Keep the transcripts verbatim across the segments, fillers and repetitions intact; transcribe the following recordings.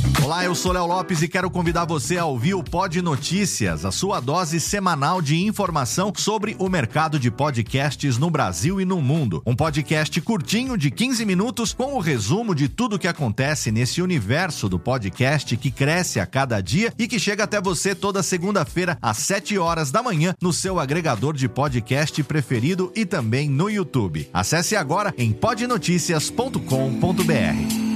Olá, eu sou Léo Lopes e quero convidar você a ouvir o Pod Notícias, a sua dose semanal de informação sobre o mercado de podcasts no Brasil e no mundo. Um podcast curtinho de quinze minutos com o resumo de tudo que acontece nesse universo do podcast que cresce a cada dia e que chega até você toda segunda-feira às sete horas da manhã no seu agregador de podcast preferido e também no YouTube. Acesse agora em pod noticias ponto com ponto b r.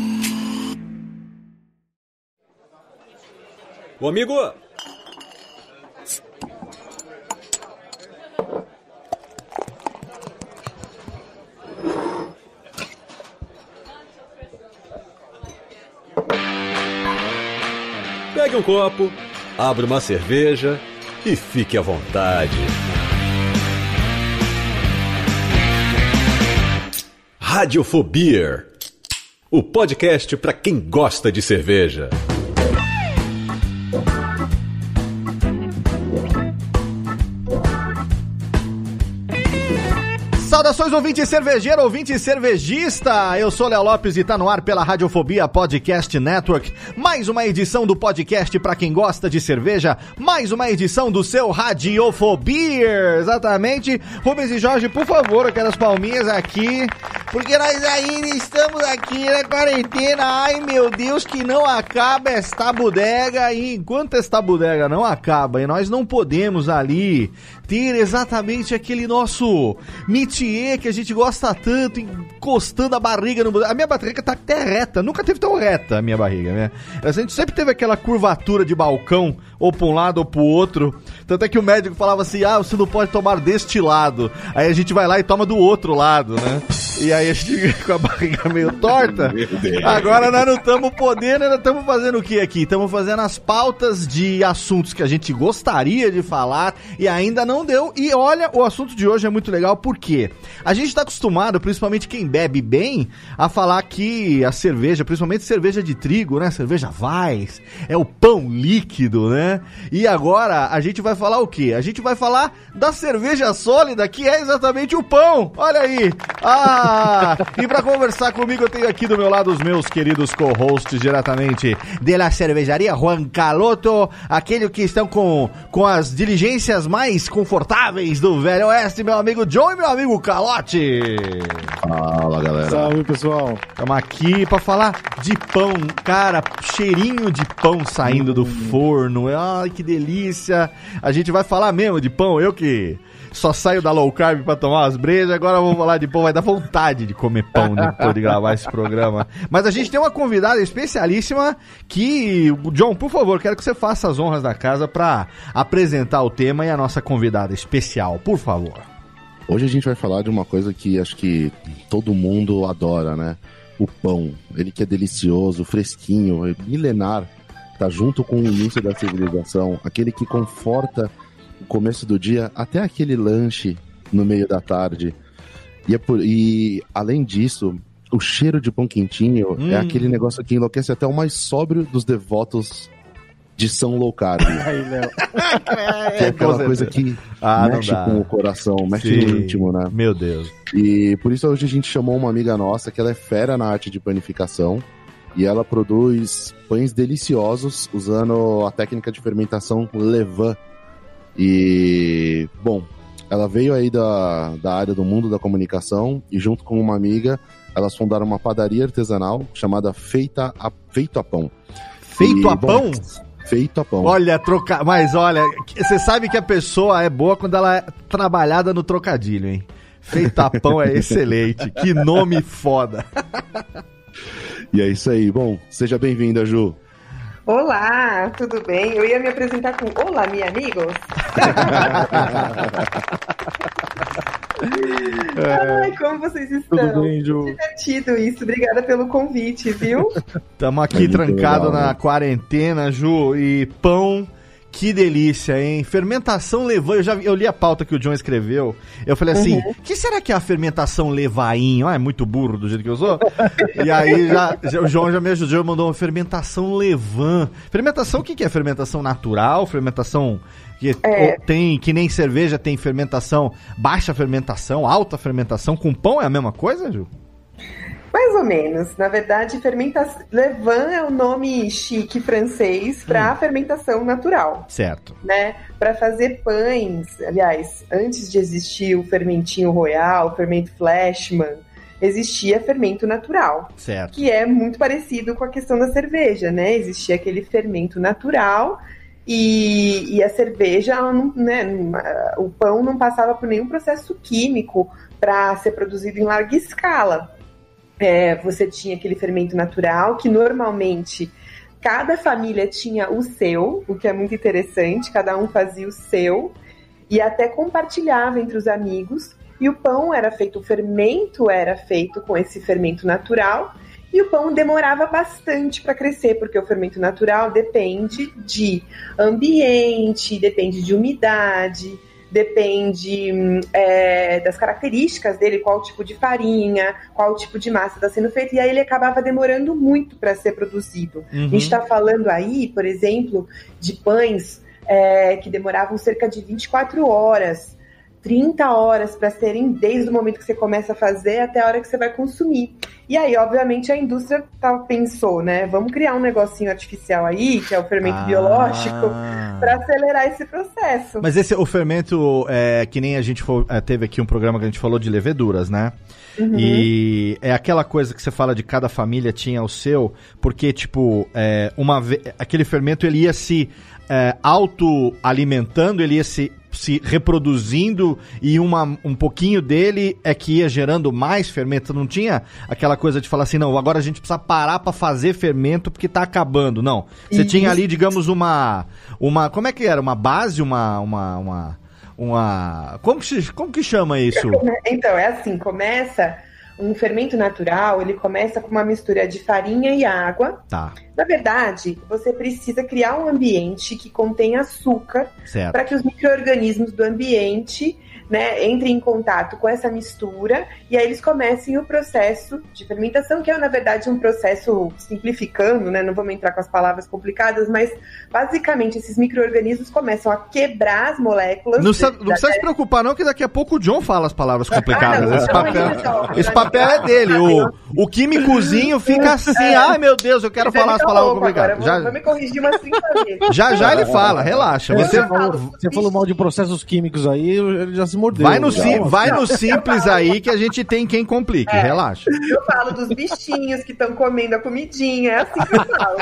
Ô, amigo! Pegue um copo, abra uma cerveja e fique à vontade. Radiofobia, o podcast para quem gosta de cerveja. Saudações, ouvinte cervejeiro, ouvinte cervejista, eu sou Léo Lopes e tá no ar pela Radiofobia Podcast Network, mais uma edição do podcast pra quem gosta de cerveja, mais uma edição do seu Radiofobia, exatamente. Rubens e Jorge, por favor, aquelas palminhas aqui, porque nós ainda estamos aqui na quarentena, ai meu Deus, que não acaba esta bodega, e enquanto esta bodega não acaba e nós não podemos ali ter exatamente aquele nosso métier que a gente gosta tanto, encostando a barriga no... A minha barriga tá até reta, nunca teve tão reta a minha barriga, né? A gente sempre teve aquela curvatura de balcão, ou pra um lado ou pro outro, tanto é que o médico falava assim, ah, você não pode tomar deste lado, aí a gente vai lá e toma do outro lado, né? E aí a gente fica com a barriga meio torta. Agora nós não estamos podendo, nós estamos fazendo o que aqui? Estamos fazendo as pautas de assuntos que a gente gostaria de falar e ainda não deu. E olha, o assunto de hoje é muito legal porque a gente está acostumado, principalmente quem bebe bem, a falar que a cerveja, principalmente cerveja de trigo, né? Cerveja Weiss, é o pão líquido, né? E agora a gente vai falar o quê? A gente vai falar da cerveja sólida, que é exatamente o pão. Olha aí. Ah! E pra conversar comigo eu tenho aqui do meu lado os meus queridos co-hosts diretamente de la cervejaria Juan Caloto, aquele que estão com, com as diligências mais confortáveis do Velho Oeste, meu amigo John e meu amigo Calote. Fala, galera. Salve, pessoal. Estamos aqui pra falar de pão, cara, cheirinho de pão saindo do forno, ai que delícia. A gente vai falar mesmo de pão, eu que só saio da low carb pra tomar umas brejas, agora vamos falar de pão, vai dar vontade de comer pão depois de gravar esse programa. Mas a gente tem uma convidada especialíssima que, John, por favor, quero que você faça as honras da casa pra apresentar o tema e a nossa convidada especial, por favor. Hoje a gente vai falar de uma coisa que acho que todo mundo adora, né? O pão. Ele que é delicioso, fresquinho, é milenar, tá junto com o início da civilização, aquele que conforta o começo do dia até aquele lanche no meio da tarde. E, é por, e além disso, o cheiro de pão quentinho hum. é aquele negócio que enlouquece até o mais sóbrio dos devotos de São Low Carb. Aí, Léo. Que é aquela coisa que ah, mexe com o coração, mexe Sim. no íntimo, né? Meu Deus. E por isso hoje a gente chamou uma amiga nossa que ela é fera na arte de panificação e ela produz pães deliciosos usando a técnica de fermentação Levain. E, bom, ela veio aí da, da área do mundo da comunicação e junto com uma amiga, elas fundaram uma padaria artesanal chamada Feita a, Feito a Pão. Feito e, a bom, Pão? Feito a Pão. Olha, troca... mas olha, você sabe que a pessoa é boa quando ela é trabalhada no trocadilho, hein? Feito a Pão é excelente, que nome foda. E é isso aí, bom, seja bem-vinda, Ju. Olá, tudo bem? Eu ia me apresentar com olá, meus amigos. Ai, como vocês estão? Tudo bem, Ju? Divertido isso, obrigada pelo convite, viu? Tamo aqui é trancado legal, na né? quarentena, Ju, e pão... Que delícia, hein? Fermentação Levain, eu já eu li a pauta que o John escreveu, eu falei assim, o uhum. que será que é a fermentação Levain? Ah, é muito burro do jeito que eu sou. E aí já, já, o João já me ajudou, mandou uma fermentação Levain. Fermentação, o que, que é? Fermentação natural? Fermentação que é. tem, que nem cerveja tem fermentação, baixa fermentação, alta fermentação, com pão é a mesma coisa, Ju? Mais ou menos. Na verdade, fermentação... levain é o nome chique francês para hum. fermentação natural. Certo. Né? Para fazer pães, aliás, antes de existir o fermentinho royal, o fermento Flashman, existia fermento natural. Certo. Que é muito parecido com a questão da cerveja, né? Existia aquele fermento natural e, e a cerveja, ela não, né, o pão não passava por nenhum processo químico para ser produzido em larga escala. É, você tinha aquele fermento natural que normalmente cada família tinha o seu, o que é muito interessante, cada um fazia o seu e até compartilhava entre os amigos, e o pão era feito, o fermento era feito com esse fermento natural, e o pão demorava bastante para crescer, porque o fermento natural depende de ambiente, depende de umidade, depende é, das características dele, qual tipo de farinha, qual tipo de massa está sendo feito, e aí ele acabava demorando muito para ser produzido. Uhum. A gente está falando aí, por exemplo, de pães é, que demoravam cerca de vinte e quatro horas, trinta horas para serem desde o momento que você começa a fazer até a hora que você vai consumir. E aí, obviamente, a indústria tá, pensou, né? Vamos criar um negocinho artificial aí, que é o fermento ah. biológico, para acelerar esse processo. Mas esse o fermento, é, que nem a gente for, é, teve aqui um programa que a gente falou de leveduras, né? Uhum. E é aquela coisa que você fala de cada família tinha o seu, porque, tipo, é, uma ve- aquele fermento ele ia se é, autoalimentando, ele ia se se reproduzindo e uma, um pouquinho dele é que ia gerando mais fermento. Não tinha aquela coisa de falar assim, não, agora a gente precisa parar pra fazer fermento porque tá acabando. Não. Você Isso. tinha ali, digamos, uma, uma... Como é que era? Uma base? Uma... uma, uma, uma como, que, como que chama isso? Então, é assim, começa... Um fermento natural, ele começa com uma mistura de farinha e água. Tá. Na verdade, você precisa criar um ambiente que contém açúcar para que os micro-organismos do ambiente, né, entrem em contato com essa mistura e aí eles comecem o processo de fermentação, que é, na verdade, um processo simplificando, né? Não vamos entrar com as palavras complicadas, mas basicamente esses micro-organismos começam a quebrar as moléculas. Não, de, não precisa se preocupar, não, que daqui a pouco o John fala as palavras complicadas. Ah, não, esse, papel, é esse papel é dele. O, o químicozinho fica assim, é. ai meu Deus, eu quero falar as palavras complicadas. Agora, já, vou me corrigir umas trinta vezes. Já já ele fala, relaxa. Você, você, falou, você falou mal de processos químicos aí, ele já se mordeu. Vai no, sim, vai no simples aí que a gente tem quem complique, é, relaxa. Eu falo dos bichinhos que estão comendo a comidinha, é assim que eu falo.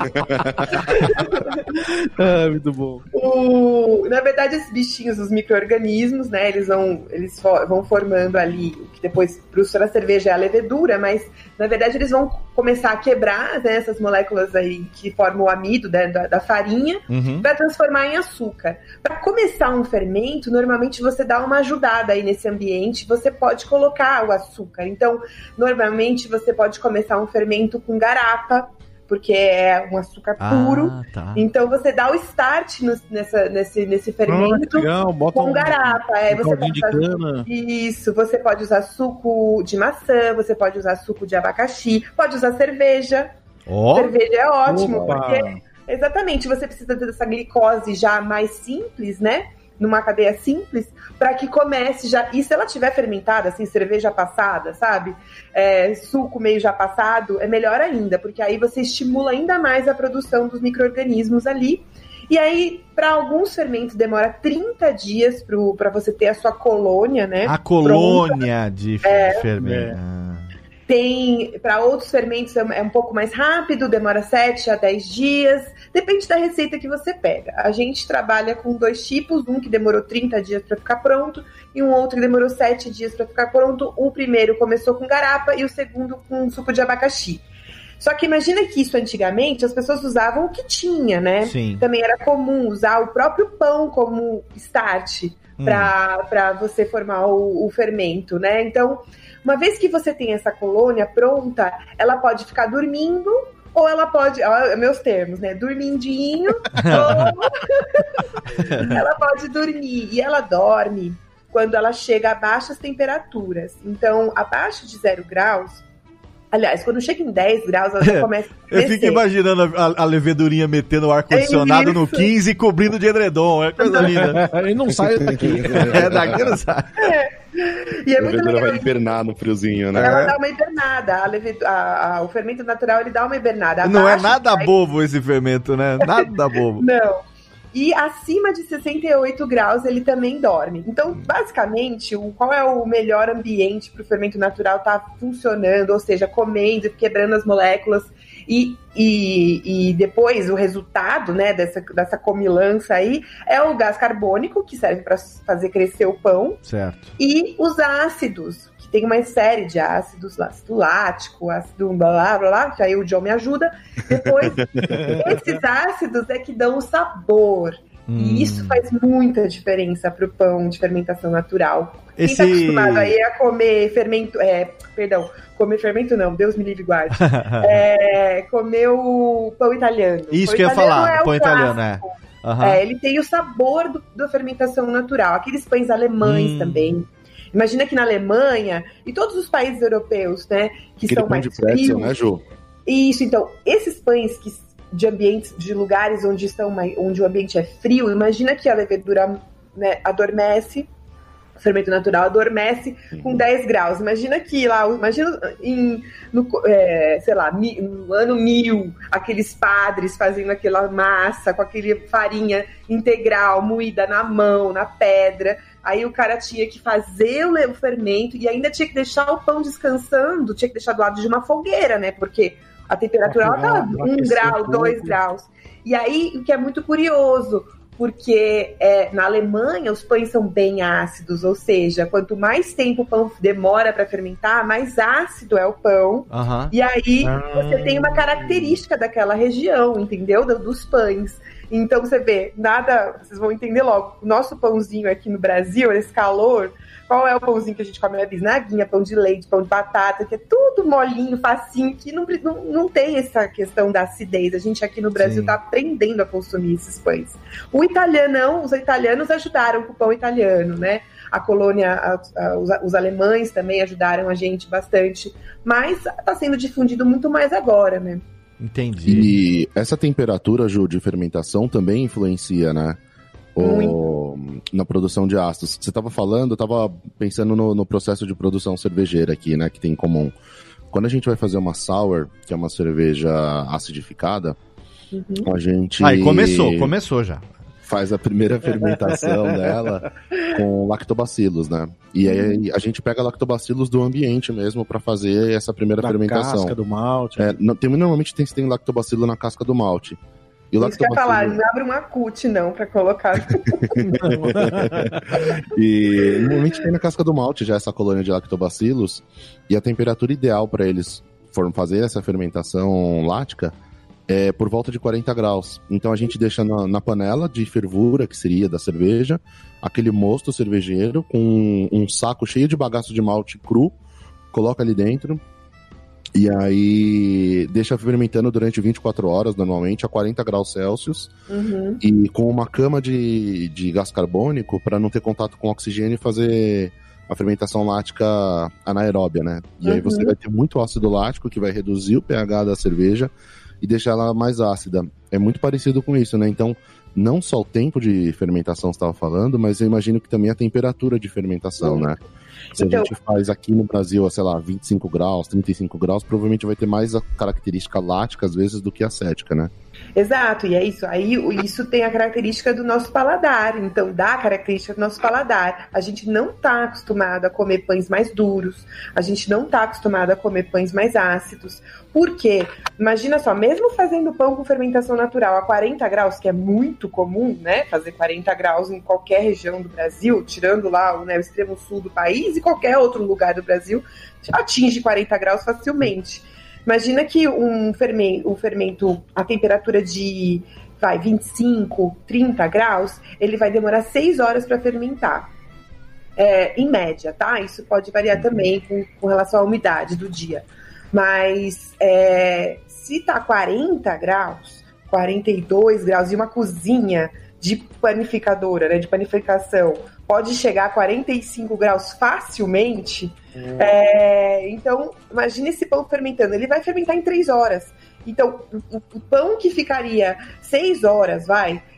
É, muito bom. O, na verdade, esses bichinhos, os micro-organismos, né, eles vão, eles for, vão formando ali, que depois, para a cerveja é a levedura, mas, na verdade, eles vão começar a quebrar, né, essas moléculas aí que formam o amido, né, da, da farinha, uhum. para transformar em açúcar. Para começar um fermento, normalmente você dá uma ajudada aí nesse ambiente, você pode colocar o açúcar. Então, normalmente você pode começar um fermento com garapa, porque é um açúcar puro. Ah, tá. Então você dá o start no, nessa, nesse, nesse fermento ah, legal, bota com um, garapa. Um, é, um você pode fazer, isso, você pode usar suco de maçã, você pode usar suco de abacaxi, pode usar cerveja. Oh. Cerveja é ótimo, Opa. porque exatamente, você precisa dessa glicose já mais simples, né? Numa cadeia simples, para que comece já... E se ela tiver fermentada, assim, cerveja passada, sabe? É, suco meio já passado, é melhor ainda, porque aí você estimula ainda mais a produção dos micro-organismos ali. E aí, para alguns fermentos, demora trinta dias para você ter a sua colônia, né? A colônia pronta. de é, fermento. É. Tem, para outros fermentos é um pouco mais rápido, demora sete a dez dias, depende da receita que você pega. A gente trabalha com dois tipos, um que demorou trinta dias para ficar pronto e um outro que demorou sete dias para ficar pronto. O primeiro começou com garapa e o segundo com suco de abacaxi. Só que imagina que isso antigamente as pessoas usavam o que tinha, né? Sim. Também era comum usar o próprio pão como start hum. para você formar o, o fermento, né? Então, uma vez que você tem essa colônia pronta, ela pode ficar dormindo ou ela pode, ó, meus termos, né? Dormindinho, ou ela pode dormir. E ela dorme quando ela chega a baixas temperaturas. Então, abaixo de zero graus, aliás, quando chega em dez graus, ela já começa a crescer. Eu fico imaginando a, a levedurinha metendo o ar-condicionado é no quinze e cobrindo de edredom. É coisa linda. Ele não sai daqui. É, daqui não sai. É. E é a muito levedura legal. vai hibernar no friozinho, né? Ela dá uma hibernada. A levedu... a, a, o fermento natural, ele dá uma hibernada. Não Abaixo, é nada vai... bobo esse fermento, né? Nada bobo. Não. E acima de sessenta e oito graus ele também dorme. Então, basicamente, o, qual é o melhor ambiente para o fermento natural estar tá funcionando, ou seja, comendo, quebrando as moléculas. E, e, e depois o resultado, né, dessa, dessa comilança aí é o gás carbônico, que serve para fazer crescer o pão. Certo. E os ácidos, que tem uma série de ácidos, ácido lático, ácido blá blá blá, que aí o John me ajuda. Depois, esses ácidos é que dão o sabor. Hum. E isso faz muita diferença pro pão de fermentação natural. Esse... Quem tá acostumado aí a comer fermento... É, perdão, comer fermento não, Deus me livre e guarde. é, comer o pão italiano. Isso pão que eu ia falar, é pão italiano, é. Uhum. é. Ele tem o sabor do, da fermentação natural. Aqueles pães alemães hum. também. Imagina que na Alemanha e todos os países europeus, né, que Aquele são mais de pretzel, frios. né, Ju? Isso, então, esses pães que, de ambientes, de lugares onde, estão mais, onde o ambiente é frio, imagina que a levedura, né, adormece, o fermento natural adormece uhum. com dez graus. Imagina que lá, imagina em, no, é, sei lá, mi, no ano mil, aqueles padres fazendo aquela massa com aquele farinha integral, moída na mão, na pedra. Aí o cara tinha que fazer o fermento e ainda tinha que deixar o pão descansando, tinha que deixar do lado de uma fogueira, né? Porque a temperatura estava um grau, dois graus. E aí, o que é muito curioso, porque é, na Alemanha os pães são bem ácidos, ou seja, quanto mais tempo o pão demora para fermentar, mais ácido é o pão. Uhum. E aí você tem uma característica daquela região, entendeu? Dos pães. Então você vê, nada, vocês vão entender logo, o nosso pãozinho aqui no Brasil, esse calor, qual é o pãozinho que a gente come? É bisnaguinha, pão de leite, pão de batata, que é tudo molinho, facinho, que não, não, não tem essa questão da acidez. A gente aqui no Brasil está aprendendo a consumir esses pães. O italianão, os italianos ajudaram com o pão italiano, né? A colônia, a, a, os, os alemães também ajudaram a gente bastante, mas está sendo difundido muito mais agora, né? Entendi. E essa temperatura, Ju, de fermentação também influencia, né? O, na produção de ácidos. Você estava falando, eu estava pensando no, no processo de produção cervejeira aqui, né? Que tem em comum. Quando a gente vai fazer uma sour, que é uma cerveja acidificada, uhum. a gente... Aí, começou, começou já. Faz a primeira fermentação dela com lactobacilos, né? E aí a gente pega lactobacilos do ambiente mesmo para fazer essa primeira da fermentação. Na casca do malte. É, tem, normalmente tem, tem lactobacilo na casca do malte. E o Isso lactobacilo... que eu ia falar, não abre uma cut não para colocar. E normalmente tem na casca do malte já essa colônia de lactobacilos, e a temperatura ideal para eles for fazer essa fermentação lática é por volta de quarenta graus. Então a gente deixa na, na panela de fervura, que seria da cerveja, aquele mosto cervejeiro com um, um saco cheio de bagaço de malte cru, coloca ali dentro, e aí deixa fermentando durante vinte e quatro horas, normalmente, a quarenta graus Celsius, uhum. e com uma cama de, de gás carbônico para não ter contato com oxigênio e fazer a fermentação lática anaeróbia, né? E uhum. aí você vai ter muito ácido lático, que vai reduzir o pH da cerveja e deixar ela mais ácida. É muito parecido com isso, né? Então, não só o tempo de fermentação você estava falando, mas eu imagino que também a temperatura de fermentação, uhum. né? Se então... a gente faz aqui no Brasil, sei lá, vinte e cinco graus, trinta e cinco graus, provavelmente vai ter mais a característica lática, às vezes, do que acética, né? Exato, e é isso. Aí isso tem a característica do nosso paladar, então dá a característica do nosso paladar. A gente não está acostumado a comer pães mais duros, a gente não está acostumado a comer pães mais ácidos. Por quê? Imagina só, mesmo fazendo pão com fermentação natural a quarenta graus, que é muito comum, né? Fazer quarenta graus em qualquer região do Brasil, tirando lá né, o extremo sul do país e qualquer outro lugar do Brasil, atinge quarenta graus facilmente. Imagina que um fermento, um fermento a temperatura de vai, vinte e cinco, trinta graus, ele vai demorar seis horas para fermentar. É, em média, tá? Isso pode variar também com, com relação à umidade do dia. Mas é, se tá quarenta graus, quarenta e dois graus, e uma cozinha de panificadora, né, de panificação, pode chegar a quarenta e cinco graus facilmente. Hum. É, então, imagine esse pão fermentando. Ele vai fermentar em três horas. Então, o, o pão que ficaria seis horas, vai,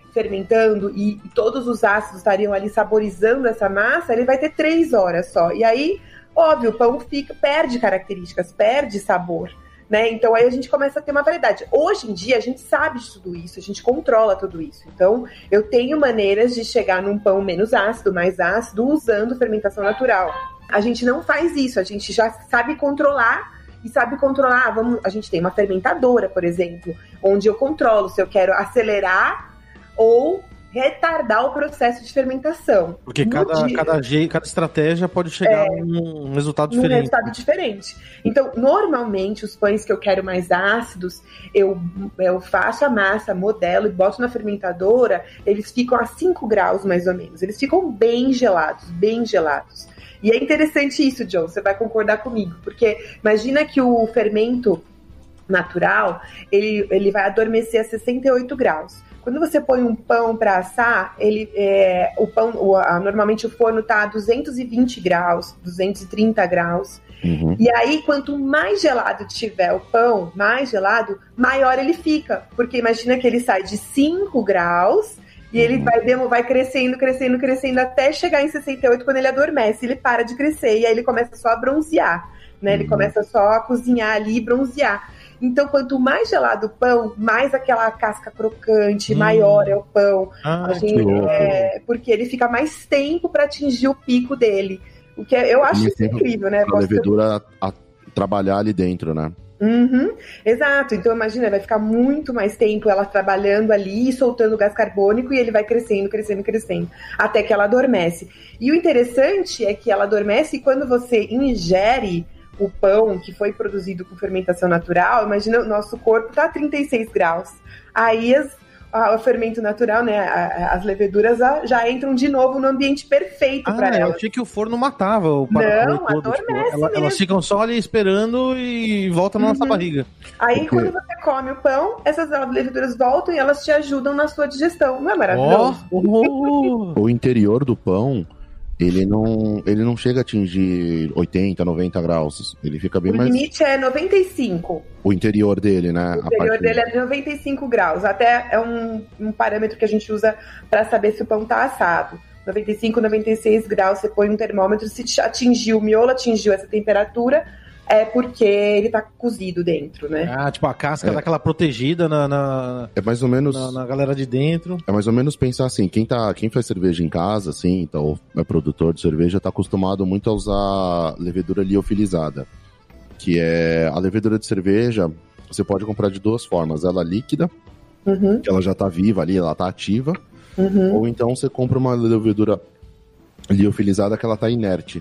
fermentando e, e todos os ácidos estariam ali saborizando essa massa, ele vai ter três horas só. E aí, óbvio, o pão fica, perde características, perde sabor. Né? Então aí a gente começa a ter uma variedade. Hoje em dia a gente sabe de tudo isso, a gente controla tudo isso. Então eu tenho maneiras de chegar num pão menos ácido, mais ácido, usando fermentação natural. A gente não faz isso, a gente já sabe controlar e sabe controlar. Vamos, a gente tem uma fermentadora, por exemplo, onde eu controlo se eu quero acelerar ou retardar o processo de fermentação. Porque cada, dia, cada, cada estratégia pode chegar é, num resultado diferente. Num resultado diferente. Então, normalmente, os pães que eu quero mais ácidos, eu, eu faço a massa, modelo e boto na fermentadora, eles ficam a cinco graus, mais ou menos. Eles ficam bem gelados, bem gelados. E é interessante isso, John, você vai concordar comigo, porque imagina que o fermento natural, ele, ele vai adormecer a sessenta e oito graus. Quando você põe um pão para assar, ele, é, o pão, o, a, normalmente o forno está a duzentos e vinte graus, duzentos e trinta graus. Uhum. E aí, quanto mais gelado tiver o pão, mais gelado, maior ele fica. Porque imagina que ele sai de cinco graus e ele uhum. vai, vai crescendo, crescendo, crescendo até chegar em sessenta e oito, quando ele adormece. Ele para de crescer e aí ele começa só a bronzear. Né? Ele uhum. começa só a cozinhar ali e bronzear. Então, quanto mais gelado o pão, mais aquela casca crocante, hum. maior é o pão. Ah, a gente, é, porque ele fica mais tempo para atingir o pico dele. O que é, eu acho isso incrível, né? A levedura a, a trabalhar ali dentro, né? Uhum, exato. Então, imagina, vai ficar muito mais tempo ela trabalhando ali, soltando gás carbônico, e ele vai crescendo, crescendo, crescendo, até que ela adormece. E o interessante é que ela adormece e quando você ingere o pão que foi produzido com fermentação natural, imagina, o nosso corpo tá a trinta e seis graus. Aí as, a, o fermento natural, né, a, as leveduras a, já entram de novo no ambiente perfeito ah, para elas. Eu achei que o forno matava o Não, todo, adormece tipo, ela, mesmo. Elas ficam só ali esperando e voltam na uhum. nossa barriga. Aí Porque... quando você come o pão, essas leveduras voltam e elas te ajudam na sua digestão. Não é maravilhoso? Oh, oh, oh. O interior do pão, Ele não, ele não chega a atingir oitenta, noventa graus. Ele fica bem o mais... O limite é noventa e cinco. O interior dele, né? O interior parte... dele é de noventa e cinco graus. Até é um, um parâmetro que a gente usa para saber se o pão tá assado. noventa e cinco, noventa e seis graus, você põe um termômetro. Se atingiu, o miolo atingiu essa temperatura, é porque ele tá cozido dentro, né? Ah, tipo a casca é. daquela protegida na, na, é mais ou menos, na, na galera de dentro. É mais ou menos pensar assim, quem, tá, quem faz cerveja em casa, assim, então, é produtor de cerveja, tá acostumado muito a usar levedura liofilizada, que é a levedura de cerveja, você pode comprar de duas formas, ela líquida, uhum. que ela já tá viva ali, ela tá ativa, uhum. ou então você compra uma levedura liofilizada que ela tá inerte.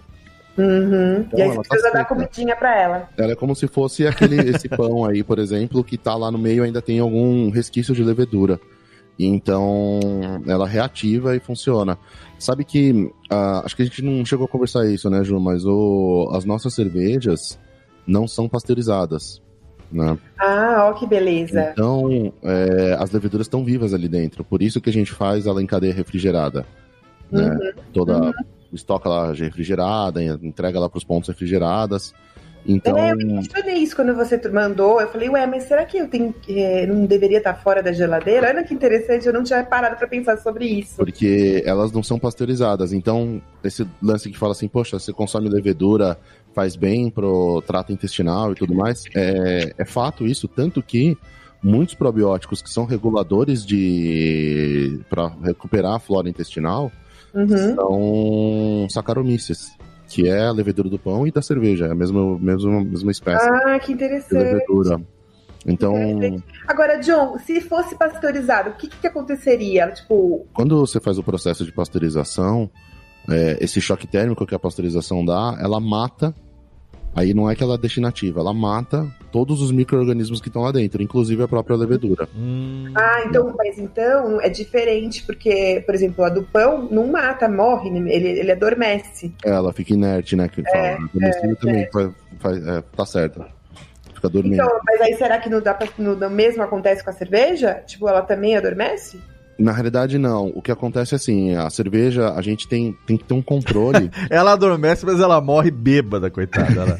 Uhum. Então, e aí você precisa tá dar comidinha pra ela. Ela é como se fosse aquele, esse pão aí, por exemplo, que tá lá no meio ainda tem algum resquício de levedura. E então ela reativa e funciona. Sabe que, uh, acho que a gente não chegou a conversar isso, né, Ju? Mas o, as nossas cervejas não são pasteurizadas, né? Ah, ó que beleza. Então, é, as leveduras estão vivas ali dentro. Por isso que a gente faz ela em cadeia refrigerada. Né? Uhum. Toda... Uhum. Estoca lá refrigerada, entrega lá para os pontos refrigeradas. Então... É, eu questionei isso quando você mandou. Eu falei, ué, mas será que eu tenho, é, não deveria estar fora da geladeira? Olha que interessante, eu não tinha parado para pensar sobre isso. Porque elas não são pasteurizadas. Então, esse lance que fala assim, poxa, você consome levedura, faz bem pro trato intestinal e tudo mais, é, é fato isso, tanto que muitos probióticos que são reguladores de para recuperar a flora intestinal, uhum. são Saccharomyces, que é a levedura do pão e da cerveja, é a mesma, mesma, mesma espécie. Ah, que interessante. De levedura. Então... Agora, John, se fosse pasteurizado, o que, que aconteceria? Tipo... Quando você faz o processo de pasteurização, é, esse choque térmico que a pasteurização dá, ela mata, aí não é que ela deixa inativa, ela mata todos os micro-organismos que estão lá dentro, inclusive a própria levedura. Hum. Ah, então, mas então é diferente, porque, por exemplo, a do pão não mata, morre, ele, ele adormece. Ela fica inerte, né? Que é, fala. É, também é. Faz, faz, é, tá certo. Fica dormindo. Então, mas aí será que não dá pra, no, no mesmo acontece com a cerveja? Tipo, ela também adormece? Na realidade, não. O que acontece é assim, a cerveja, a gente tem, tem que ter um controle. Ela adormece, mas ela morre bêbada, coitada. Ela,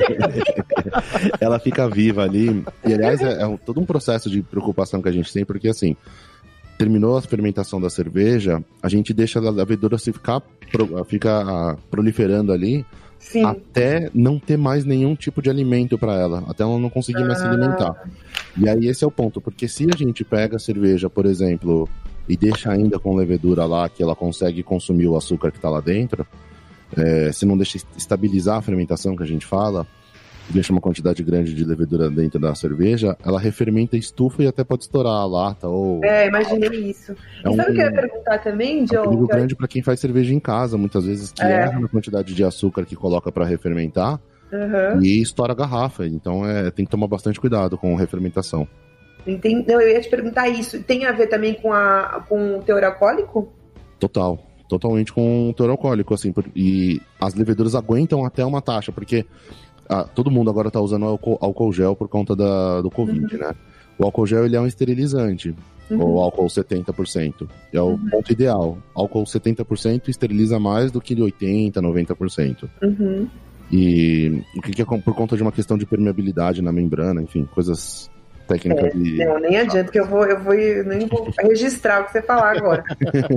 ela fica viva ali. E, aliás, é, é todo um processo de preocupação que a gente tem, porque, assim, terminou a fermentação da cerveja, a gente deixa a levedura se ficar, ficar proliferando ali, sim, até não ter mais nenhum tipo de alimento para ela, até ela não conseguir ah. mais se alimentar. E aí esse é o ponto, porque se a gente pega a cerveja, por exemplo, e deixa ainda com levedura lá, que ela consegue consumir o açúcar que está lá dentro, é, se não deixa estabilizar a fermentação que a gente fala, deixa uma quantidade grande de levedura dentro da cerveja, ela refermenta, estufa e até pode estourar a lata. Ou... É, imaginei isso. É e sabe o um, que eu ia perguntar também, John? É um perigo grande para quem faz cerveja em casa, muitas vezes, que é. erra na quantidade de açúcar que coloca para refermentar uhum. e estoura a garrafa. Então é, tem que tomar bastante cuidado com a refermentação. Entendi. Não, eu ia te perguntar isso. Tem a ver também com, a, com o teor alcoólico? Total. Totalmente com o teor alcoólico, assim. Por, e as leveduras aguentam até uma taxa, porque... Ah, todo mundo agora tá usando álcool, álcool gel por conta da, do Covid, uhum. né? O álcool gel, ele é um esterilizante, uhum. ou álcool setenta por cento. É o uhum. ponto ideal. Álcool setenta por cento esteriliza mais do que oitenta por cento, noventa por cento. Uhum. E o que, que é por conta de uma questão de permeabilidade na membrana, enfim, coisas técnicas. É, de... Não, nem adianta que eu vou, eu vou, nem vou registrar o que você falar agora.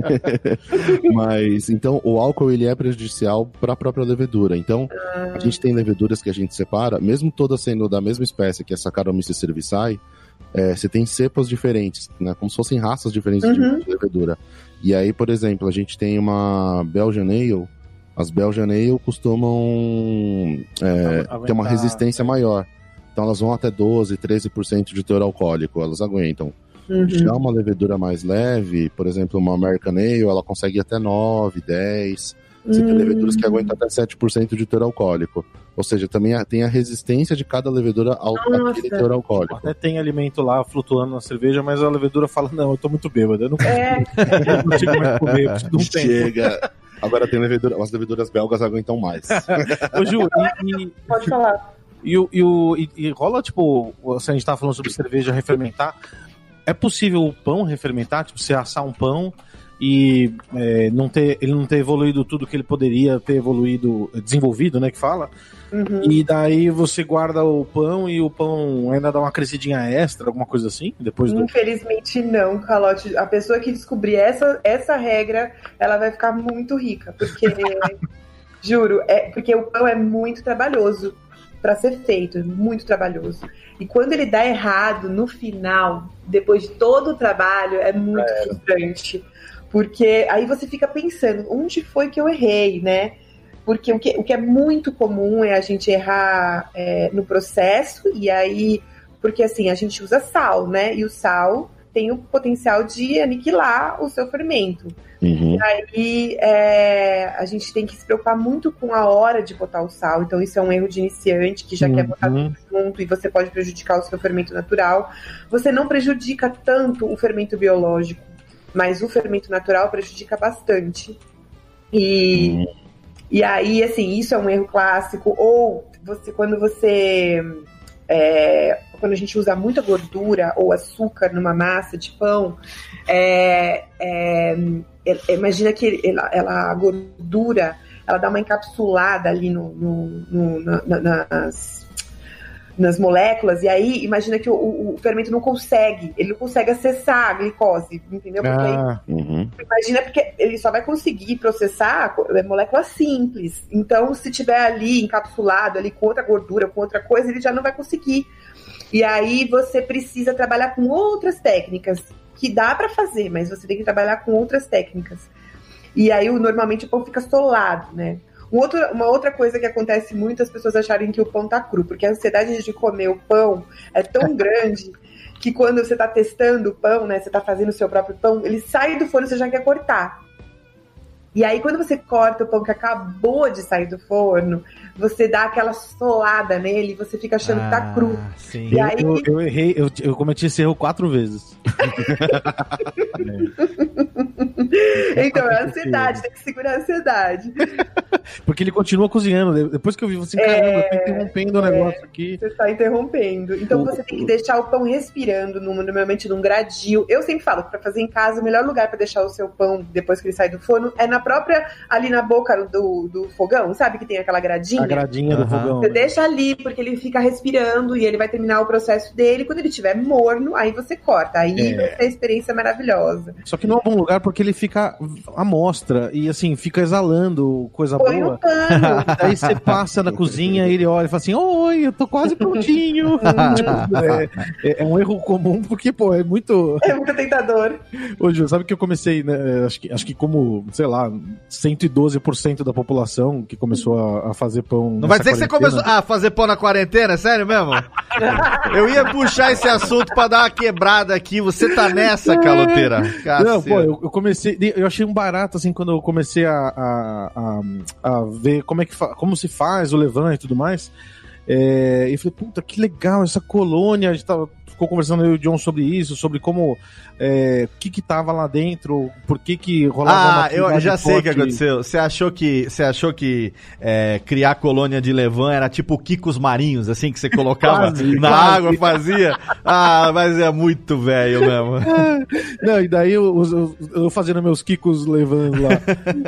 Mas, então, o álcool, ele é prejudicial para a própria levedura. Então, ah. a gente tem leveduras que a gente separa, mesmo todas sendo da mesma espécie, que é Saccharomyces cerevisiae, é, você tem cepas diferentes, né, como se fossem raças diferentes uhum. de, de levedura. E aí, por exemplo, a gente tem uma Belgian Ale. As Belgian Ale costumam é, ter uma resistência maior. Então elas vão até doze, treze por cento de teor alcoólico, elas aguentam. Uhum. Já uma levedura mais leve, por exemplo, uma American Ale, ela consegue até nove, dez. Você uhum. tem leveduras que aguentam até sete por cento de teor alcoólico. Ou seja, também tem a resistência de cada levedura ao aquele teor alcoólico. Até tem alimento lá flutuando na cerveja, mas a levedura fala, não, eu tô muito bêbado, eu não, é. eu não consigo mais comer, eu preciso de um Chega. Tempo. Agora tem levedura, as leveduras belgas aguentam mais. Ô, Ju, e, e... Pode falar. E, e, e, e rola, tipo, se a gente tava falando sobre cerveja refermentar, é possível o pão refermentar? Tipo, você assar um pão e é, não ter, ele não ter evoluído tudo que ele poderia ter evoluído, desenvolvido, né, que fala? Uhum. E daí você guarda o pão e o pão ainda dá uma crescidinha extra, alguma coisa assim? Depois do... Infelizmente não, Calote. A pessoa que descobrir essa, essa regra, ela vai ficar muito rica, porque, juro, é, porque o pão é muito trabalhoso para ser feito, é muito trabalhoso. E quando ele dá errado no final, depois de todo o trabalho, é muito é. frustrante. Porque aí você fica pensando, onde foi que eu errei, né? Porque o que, o que é muito comum é a gente errar é, no processo, e aí, porque assim, a gente usa sal, né? E o sal tem o potencial de aniquilar o seu fermento. Uhum. E aí é, a gente tem que se preocupar muito com a hora de botar o sal. Então isso é um erro de iniciante que já uhum. quer botar tudo junto e você pode prejudicar o seu fermento natural. Você não prejudica tanto o fermento biológico, mas o fermento natural prejudica bastante. E, uhum. e aí, assim, isso é um erro clássico. Ou você, quando você... É, quando a gente usa muita gordura ou açúcar numa massa de pão, é, é, é, imagina que ela, ela, a gordura ela dá uma encapsulada ali no, no, no, na, nas, nas moléculas, e aí imagina que o, o fermento não consegue, ele não consegue acessar a glicose, entendeu? Porque ah, aí, uhum. imagina, porque ele só vai conseguir processar molécula simples, então se tiver ali encapsulado ali com outra gordura, com outra coisa, ele já não vai conseguir. E aí você precisa trabalhar com outras técnicas, que dá para fazer, mas você tem que trabalhar com outras técnicas. E aí normalmente o pão fica solado, né? Um outro, uma outra coisa que acontece muito, as pessoas acharem que o pão tá cru, porque a ansiedade de comer o pão é tão grande que quando você tá testando o pão, né, você tá fazendo o seu próprio pão, ele sai do forno e você já quer cortar. E aí quando você corta o pão que acabou de sair do forno, você dá aquela solada nele e você fica achando ah, que tá cru. Sim. E eu, aí... eu, eu errei, eu, eu cometi esse erro quatro vezes. Então é a ansiedade, tem que segurar a ansiedade. Porque ele continua cozinhando. Depois que eu vi, assim, caramba, é, eu tô interrompendo o é, negócio aqui. Você tá interrompendo. Então o, você tem que deixar o pão respirando, num, normalmente num gradil. Eu sempre falo que pra fazer em casa, o melhor lugar pra deixar o seu pão depois que ele sai do forno é na própria, ali na boca do, do fogão, sabe? Que tem aquela gradinha. gradinha uhum. do fogão. Você né? deixa ali, porque ele fica respirando e ele vai terminar o processo dele. Quando ele estiver morno, aí você corta. Aí é. vai ser a experiência maravilhosa. Só que não é um bom lugar porque ele fica à mostra e assim, fica exalando coisa Põe boa. no pano. Aí você passa na cozinha e ele olha e fala assim: oi, eu tô quase prontinho. é, é um erro comum porque, pô, é muito. É muito tentador. Ô, Ju, sabe que eu comecei, né? Acho que, acho que como, sei lá, cento e doze por cento da população que começou a, a fazer pão. Não vai dizer que você começou a fazer pão na quarentena, sério mesmo? Eu ia puxar esse assunto pra dar uma quebrada aqui. Você tá nessa, caloteira. Não, pô, eu, eu comecei. Eu achei um barato, assim, quando eu comecei a, a, a, a ver como, é que fa, como se faz o levain e tudo mais. É, e falei, puta, que legal essa colônia. A gente tava, ficou conversando eu e o John sobre isso, sobre como. É, o que que tava lá dentro, por que que rolava Ah, eu já sei o que aconteceu. Você achou que, você achou que é, criar colônia de levain era tipo quicos marinhos, assim, que você colocava quase, na quase. água, fazia? Ah, mas é muito velho mesmo. Não, e daí eu, eu, eu fazendo meus quicos levando lá,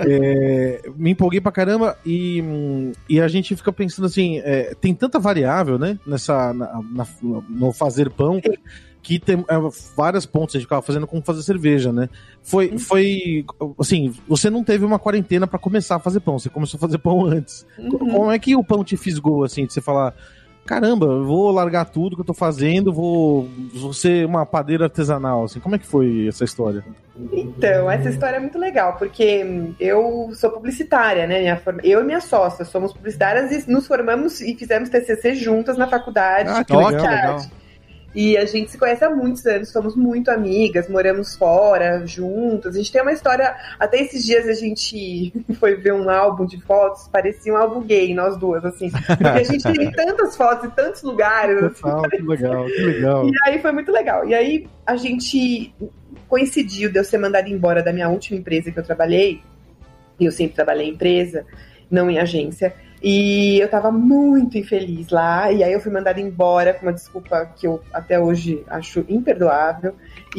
é, me empolguei pra caramba e, e a gente fica pensando assim, é, tem tanta variável, né, nessa, na, na, no fazer pão, que tem é, vários pontos a gente ficava fazendo como fazer cerveja, né? Foi, foi assim, você não teve uma quarentena pra começar a fazer pão, você começou a fazer pão antes. Uhum. Como é que o pão te fisgou, assim, de você falar, caramba, eu vou largar tudo que eu tô fazendo, vou, vou ser uma padeira artesanal, assim, como é que foi essa história? Então, essa história é muito legal, porque eu sou publicitária, né? Minha forma... Eu e minha sócia somos publicitárias e nos formamos e fizemos T C C juntas na faculdade. Ah, que legal, legal. E a gente se conhece há muitos anos, somos muito amigas, moramos fora, juntas. A gente tem uma história... Até esses dias a gente foi ver um álbum de fotos, parecia um álbum gay, nós duas, assim. Porque a gente tem tantas fotos em tantos lugares. Total, assim, que legal, que legal. E aí foi muito legal. E aí a gente coincidiu de eu ser mandada embora da minha última empresa que eu trabalhei. E eu sempre trabalhei em empresa, não em agência. E eu tava muito infeliz lá, e aí eu fui mandada embora com uma desculpa que eu até hoje acho imperdoável.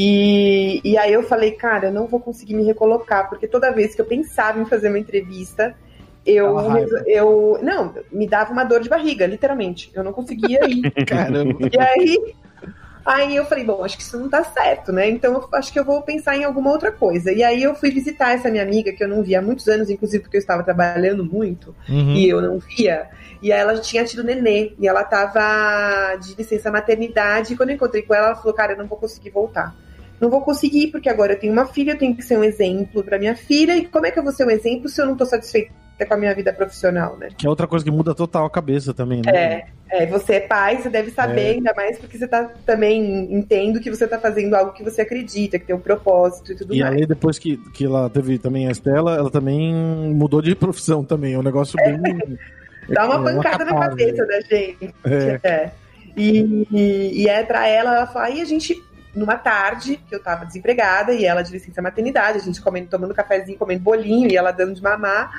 E, e aí eu falei, cara, eu não vou conseguir me recolocar, porque toda vez que eu pensava em fazer uma entrevista, eu, eu não, me dava uma dor de barriga, literalmente. Eu não conseguia ir. Caramba. E aí... Aí eu falei, bom, acho que isso não tá certo, né? Então eu acho que eu vou pensar em alguma outra coisa. E aí eu fui visitar essa minha amiga, que eu não via há muitos anos, inclusive porque eu estava trabalhando muito, uhum. e eu não via. E aí ela já tinha tido nenê, e ela tava de licença maternidade, e quando eu encontrei com ela, ela falou, cara, eu não vou conseguir voltar. Não vou conseguir, porque agora eu tenho uma filha, eu tenho que ser um exemplo pra minha filha, e como é que eu vou ser um exemplo se eu não tô satisfeita com a minha vida profissional, né? Que é outra coisa que muda total a cabeça também, né? É, é você é pai, você deve saber, é. ainda mais porque você tá também, entendo que você tá fazendo algo que você acredita, que tem um propósito e tudo e mais. E aí depois que, que ela teve também a Estela, ela também mudou de profissão também, é um negócio bem... Dá uma é, pancada uma na cabeça da gente. É. É. E, e, e é pra ela, ela fala, aí a gente... Numa tarde, que eu tava desempregada, e ela de licença maternidade, a gente comendo, tomando cafezinho, comendo bolinho, e ela dando de mamar,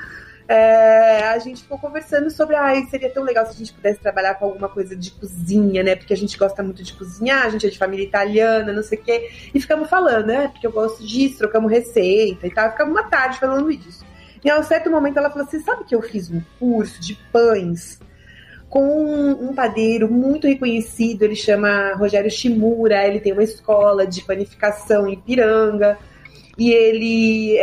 é, a gente ficou conversando sobre, ai, seria tão legal se a gente pudesse trabalhar com alguma coisa de cozinha, né, porque a gente gosta muito de cozinhar, a gente é de família italiana, não sei o quê, e ficamos falando, né, porque eu gosto disso, trocamos receita e tal, ficamos uma tarde falando disso. E a um certo momento ela falou assim, sabe que eu fiz um curso de pães com um padeiro muito reconhecido, ele chama Rogério Shimura, ele tem uma escola de panificação em Ipiranga, e ele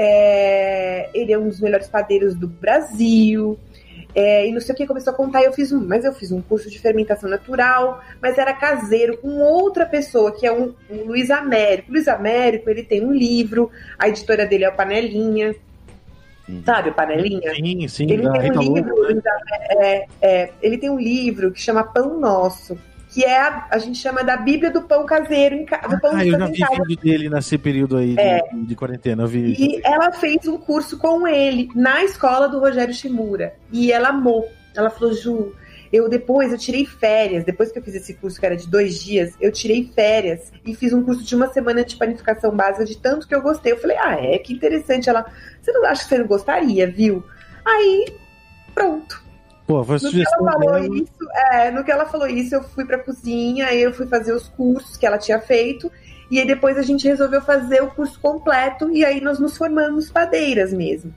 é, ele é um dos melhores padeiros do Brasil, é, e não sei o que, começou a contar, eu fiz um, mas eu fiz um curso de fermentação natural, mas era caseiro, com outra pessoa, que é um, um Luiz Américo. Luiz Américo, ele tem um livro, a editora dele é o Panelinha, sabe o Panelinha? Sim, sim. Ele tem um livro, Luiz, é, é, ele tem um livro que chama Pão Nosso, que é a, a gente chama da Bíblia do pão caseiro em casa. Ah, pão eu já vi vídeo dele nesse período aí é, de, de quarentena. Eu vi. E ela fez um curso com ele na escola do Rogério Shimura. E ela amou. Ela falou, Ju, eu depois, eu tirei férias. Depois que eu fiz esse curso, que era de dois dias, eu tirei férias e fiz um curso de uma semana de panificação básica, de tanto que eu gostei. Eu falei, ah, é, que interessante. Ela, você não acha que você não gostaria, viu? Aí, pronto. Pô, foi no que ela falou isso, é, no que ela falou isso, eu fui pra cozinha, aí eu fui fazer os cursos que ela tinha feito, E aí depois a gente resolveu fazer o curso completo e aí nós nos formamos padeiras mesmo.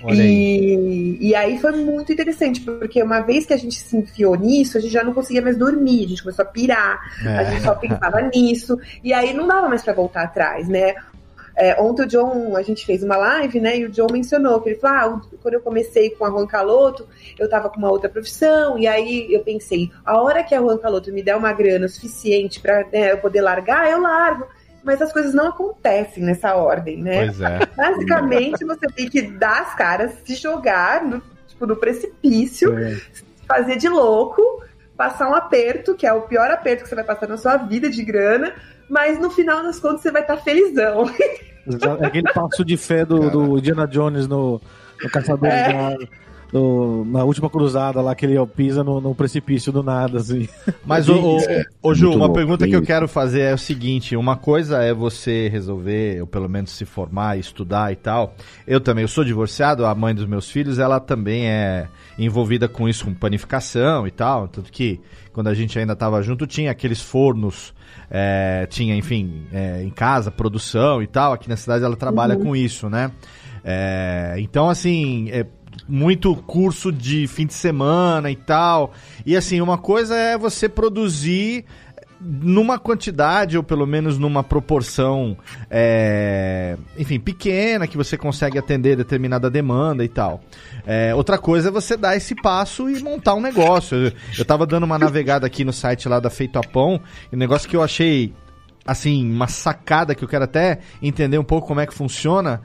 E, e aí foi muito interessante, porque uma vez que a gente se enfiou nisso, a gente já não conseguia mais dormir, a gente começou a pirar, é. a gente só pensava nisso, e aí não dava mais pra voltar atrás, né? É, ontem o John, a gente fez uma live, né, e o John mencionou que ele falou, ah, quando eu comecei com a Juan Caloto, eu tava com uma outra profissão, e aí eu pensei, a hora que a Juan Caloto me der uma grana suficiente pra, né, eu poder largar, eu largo. Mas as coisas não acontecem nessa ordem, né? Pois é. Basicamente, você tem que dar as caras, se jogar no, tipo, no precipício, é. fazer de louco, passar um aperto, que é o pior aperto que você vai passar na sua vida de grana, mas no final das contas você vai estar felizão. Aquele passo de fé do, do Indiana Jones no, no Caçador é. da... Do, na última cruzada lá, que ele pisa no, no precipício do nada, assim. Mas, ô, ô, ô Ju, uma pergunta que eu quero fazer é o seguinte, uma coisa é você resolver, ou pelo menos se formar, estudar e tal. Eu também, eu sou divorciado, a mãe dos meus filhos, ela também é envolvida com isso, com panificação e tal, tanto que quando a gente ainda estava junto, tinha aqueles fornos, é, tinha, enfim, é, em casa, produção e tal, aqui na cidade ela trabalha uhum. com isso, né? É, então, assim... É, muito curso de fim de semana e tal, e assim, uma coisa é você produzir numa quantidade, ou pelo menos numa proporção, é, enfim, pequena, que você consegue atender determinada demanda e tal. É, outra coisa é você dar esse passo e montar um negócio. Eu, eu tava dando uma navegada aqui no site lá da Feito a Pão, e um negócio que eu achei, assim, uma sacada, que eu quero até entender um pouco como é que funciona,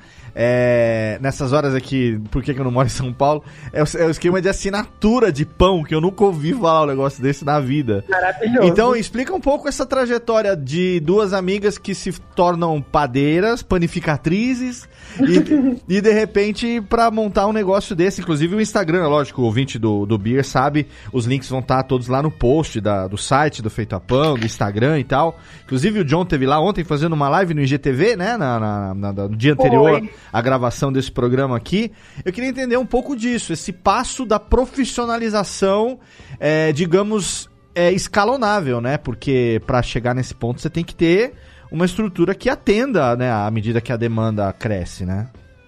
é, nessas horas aqui, por que eu não moro em São Paulo, é o, é o esquema de assinatura de pão, que eu nunca ouvi falar um negócio desse na vida. Maravilhoso. Então, explica um pouco essa trajetória de duas amigas que se tornam padeiras, panificatrizes, e, e de repente, pra montar um negócio desse, inclusive o Instagram, lógico, o ouvinte do, do Beer sabe, os links vão estar todos lá no post da, do site do Feito a Pão, do Instagram e tal. Inclusive o John teve lá ontem fazendo uma live no I G T V, né, na, na, na, no dia anterior Oi. à gravação desse programa aqui. Eu queria entender um pouco disso, esse passo da profissionalização, é, digamos, é, escalonável, né, porque para chegar nesse ponto você tem que ter uma estrutura que atenda, né, à medida que a demanda cresce, né?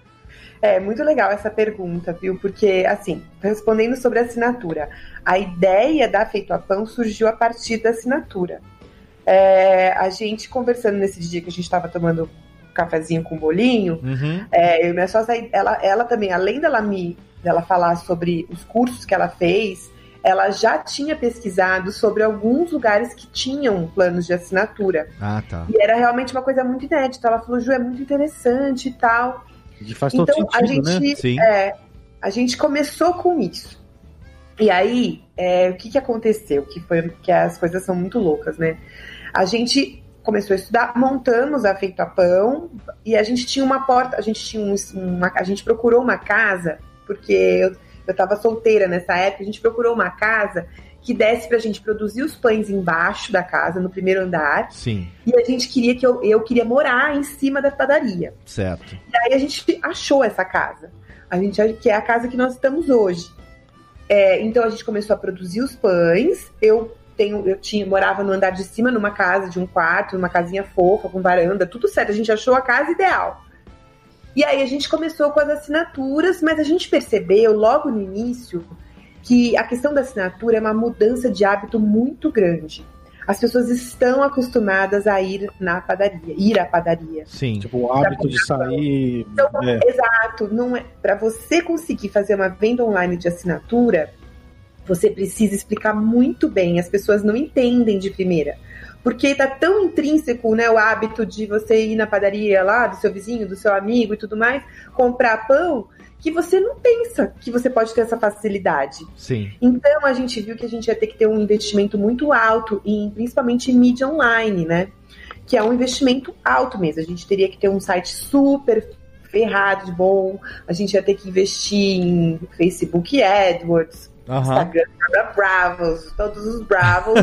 É, muito legal essa pergunta, viu? Porque, assim, respondendo sobre a assinatura, a ideia da Feito a Pão surgiu a partir da assinatura. É, a gente conversando nesse dia que a gente estava tomando cafezinho com bolinho, uhum. é, eu e minha sócia, ela, ela também, além dela, me, dela falar sobre os cursos que ela fez, ela já tinha pesquisado sobre alguns lugares que tinham planos de assinatura. Ah, tá. E era realmente uma coisa muito inédita. Ela falou, Ju, é muito interessante e tal. E faz todo então, sentido, a gente, né? Sim. É, a gente começou com isso. E aí, é, o que, que aconteceu? Que foi que as coisas são muito loucas, né? A gente começou a estudar, montamos a Feito a Pão, e a gente tinha uma porta, a gente tinha um, uma, a gente procurou uma casa, porque eu, eu tava solteira nessa época, a gente procurou uma casa que desse pra gente produzir os pães embaixo da casa, no primeiro andar. Sim. E a gente queria que eu, eu queria morar em cima da padaria. Certo. E aí a gente achou essa casa. A gente que é a casa que nós estamos hoje. É, então a gente começou a produzir os pães. Eu tenho, eu tinha, morava no andar de cima, numa casa de um quarto, numa casinha fofa, com varanda, tudo certo. A gente achou a casa ideal. E aí a gente começou com as assinaturas, mas a gente percebeu logo no início que a questão da assinatura é uma mudança de hábito muito grande. As pessoas estão acostumadas a ir na padaria, ir à padaria. Sim, tipo o hábito de sair... Então, é. Exato. Não é, para você conseguir fazer uma venda online de assinatura, você precisa explicar muito bem. As pessoas não entendem de primeira. Porque está tão intrínseco, né, o hábito de você ir na padaria lá, do seu vizinho, do seu amigo e tudo mais, comprar pão, que você não pensa que você pode ter essa facilidade. Sim. Então, a gente viu que a gente ia ter que ter um investimento muito alto, em, principalmente em mídia online, né? Que é um investimento alto mesmo. A gente teria que ter um site super ferrado de bom, a gente ia ter que investir em Facebook AdWords, uhum. Instagram para Bravos, todos os Bravos.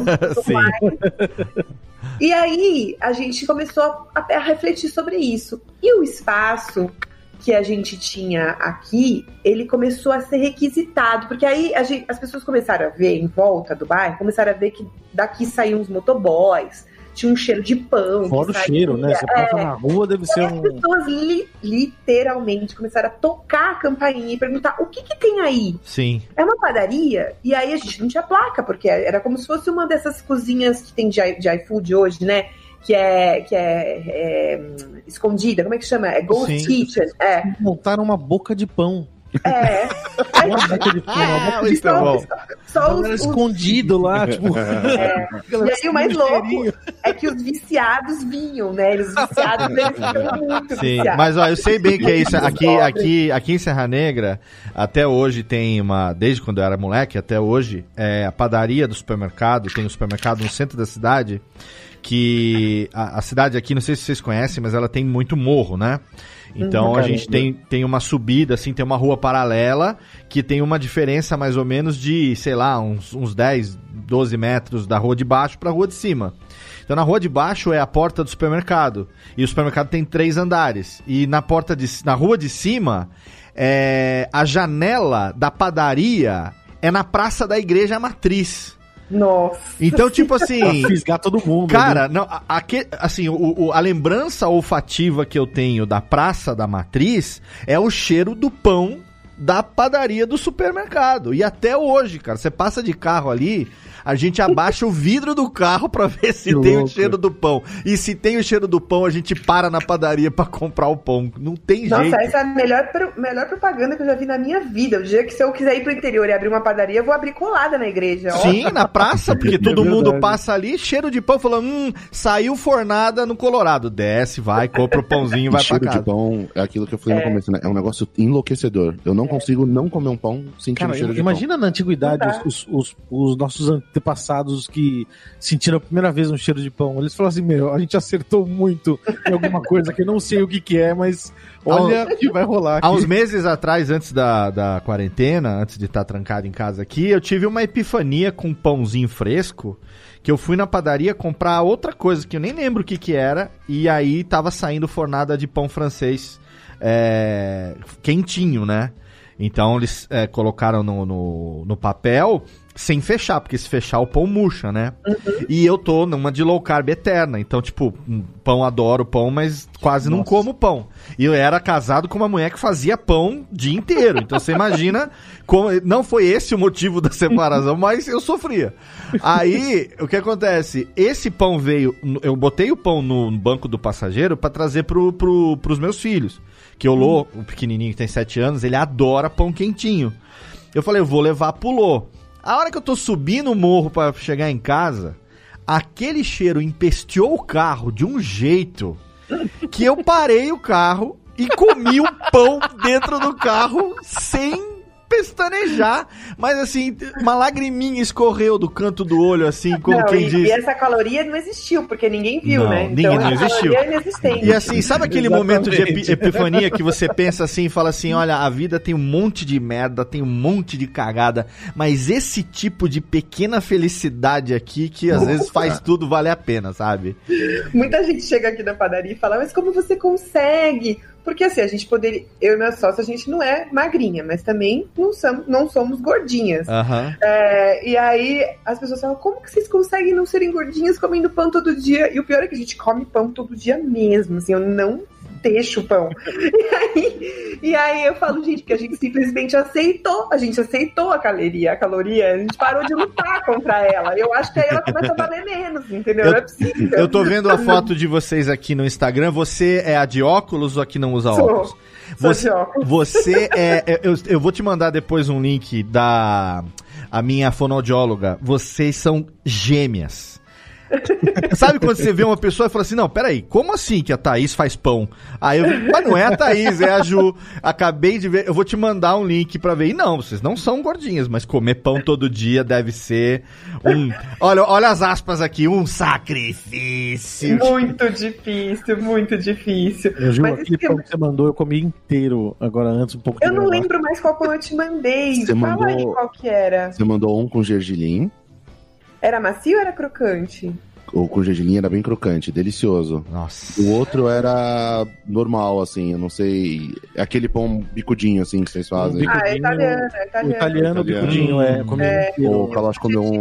E aí, a gente começou a, a refletir sobre isso. E o espaço que a gente tinha aqui, ele começou a ser requisitado, porque aí a gente, as pessoas começaram a ver em volta do bairro, começaram a ver que daqui saíam os motoboys, tinha um cheiro de pão. Fora o cheiro, né? Você passa é, na rua, deve ser um... As pessoas li, literalmente começaram a tocar a campainha e perguntar o que que tem aí? Sim. É uma padaria? E aí a gente não tinha placa, porque era como se fosse uma dessas cozinhas que tem de, de iFood hoje, né? Que é, que é, é escondida, como é que chama? É Ghost Sim. Kitchen. É. Montaram uma boca de pão. É. Uma boca de pão, uma boca de Isso é pão. bom. Só os, Era os, escondido lá, tipo... é. E aí o mais louco é que os viciados vinham, né? Eles, os viciados, eles vinham muito Sim, viciados. mas ó, eu sei bem que é isso. Aqui, aqui, aqui em Serra Negra, até hoje tem uma. Desde quando eu era moleque, até hoje, é, a padaria do supermercado, tem um supermercado no centro da cidade, que a, a cidade aqui, não sei se vocês conhecem, mas ela tem muito morro, né? Então Uhum, a gente tem, tem uma subida, assim, tem uma rua paralela que tem uma diferença mais ou menos de, sei lá, uns, uns dez, doze metros da rua de baixo para a rua de cima. Então na rua de baixo é a porta do supermercado. E o supermercado tem três andares. E na porta de, na rua de cima, é, a janela da padaria é na praça da Igreja Matriz. Nossa. Então, tipo assim... Fisgar todo mundo. Cara, né? não, a, a, assim, o, o, a lembrança olfativa que eu tenho da Praça da Matriz é o cheiro do pão da padaria do supermercado. E até hoje, cara, você passa de carro ali, a gente abaixa o vidro do carro pra ver se Que tem louco. o cheiro do pão. E se tem o cheiro do pão, a gente para na padaria pra comprar o pão. Não tem Nossa, jeito. essa é a melhor, melhor propaganda que eu já vi na minha vida. O dia que se eu quiser ir pro interior e abrir uma padaria, eu vou abrir colada na igreja. Sim, na praça, porque É todo mundo verdade. passa ali, cheiro de pão, falando, hum, saiu fornada no Colorado. Desce, vai, compra o pãozinho e O vai pra cheiro de casa. pão é aquilo que eu falei no começo, né? É um negócio enlouquecedor. Eu não consigo não comer um pão sentindo Cara, cheiro de imagina na antiguidade Não dá. os, os, os nossos antepassados que sentiram a primeira vez um cheiro de pão. Eles falaram assim, meu, a gente acertou muito em alguma coisa que eu não sei o que que é, mas olha o que vai rolar aqui. Há uns meses atrás, antes da, da quarentena, antes de estar trancado em casa aqui, eu tive uma epifania com um pãozinho fresco, que eu fui na padaria comprar outra coisa, que eu nem lembro o que que era, e aí tava saindo fornada de pão francês é, quentinho, né? Então eles é, colocaram no, no, no papel sem fechar, porque se fechar o pão murcha, né? Uhum. E eu tô numa de low carb eterna, então tipo, pão, adoro pão, mas quase Nossa. não como pão. E eu era casado com uma mulher que fazia pão o dia inteiro, então você imagina, como, não foi esse o motivo da separação, mas eu sofria. Aí, o que acontece? Esse pão veio, eu botei o pão no banco do passageiro pra trazer pro, pro, pros meus filhos, que o Lô, o pequenininho que tem sete anos, ele adora pão quentinho. Eu falei, eu vou levar pro Lô. A hora que eu tô subindo o morro pra chegar em casa, aquele cheiro empesteou o carro de um jeito que eu parei o carro e comi o pão dentro do carro sem pestanejar. Mas assim, uma lagriminha escorreu do canto do olho, assim, como não, quem e, diz. E essa caloria não existiu, porque ninguém viu, não, né? Ninguém então, não existiu. É inexistente. E assim, sabe aquele Exatamente. momento de epi- epifania que você pensa assim e fala assim, olha, a vida tem um monte de merda, tem um monte de cagada, mas esse tipo de pequena felicidade aqui que às vezes faz tudo valer a pena, sabe? Muita gente chega aqui na padaria e fala, mas como você consegue? Porque assim, a gente poderia, eu e minha sócia, a gente não é magrinha, mas também não somos, não somos gordinhas. Uhum. É, e aí as pessoas falam, como que vocês conseguem não serem gordinhas comendo pão todo dia? E o pior é que a gente come pão todo dia mesmo, assim, eu não deixo o pão. E aí, e aí eu falo, gente, que a gente simplesmente aceitou, a gente aceitou a caloria, a caloria, a gente parou de lutar contra ela. Eu acho que aí ela começa a valer menos, entendeu? Eu, não é possível. Eu tô vendo a foto de vocês aqui no Instagram, você é a de óculos ou a que não usa Sou. óculos? Você, você é. Eu, eu vou te mandar depois um link da a minha fonoaudióloga. Vocês são gêmeas. Sabe quando você vê uma pessoa e fala assim, não, peraí, como assim que a Thaís faz pão? Aí eu, mas não é a Thaís, é a Ju. Acabei de ver, eu vou te mandar um link pra ver. E não, vocês não são gordinhas, mas comer pão todo dia deve ser um... Olha, olha as aspas aqui, um sacrifício. Muito difícil, muito difícil. Eu juro, Mas aquele isso que pão eu... que você mandou, eu comi inteiro agora antes, um pouco Eu de não negócio. lembro mais qual pão eu te mandei. Você Fala mandou- aí qual que era. Você mandou um com gergelim. Era macio ou era crocante? O com gergelim era bem crocante, delicioso. Nossa. O outro era normal, assim, eu não sei. Aquele pão bicudinho, assim, que vocês fazem. Bico- Ah, é Bicudinho- italiano, é O italiano. italiano, Italiano. bicudinho, é. Comi É. inteiro. O Kalash comeu um,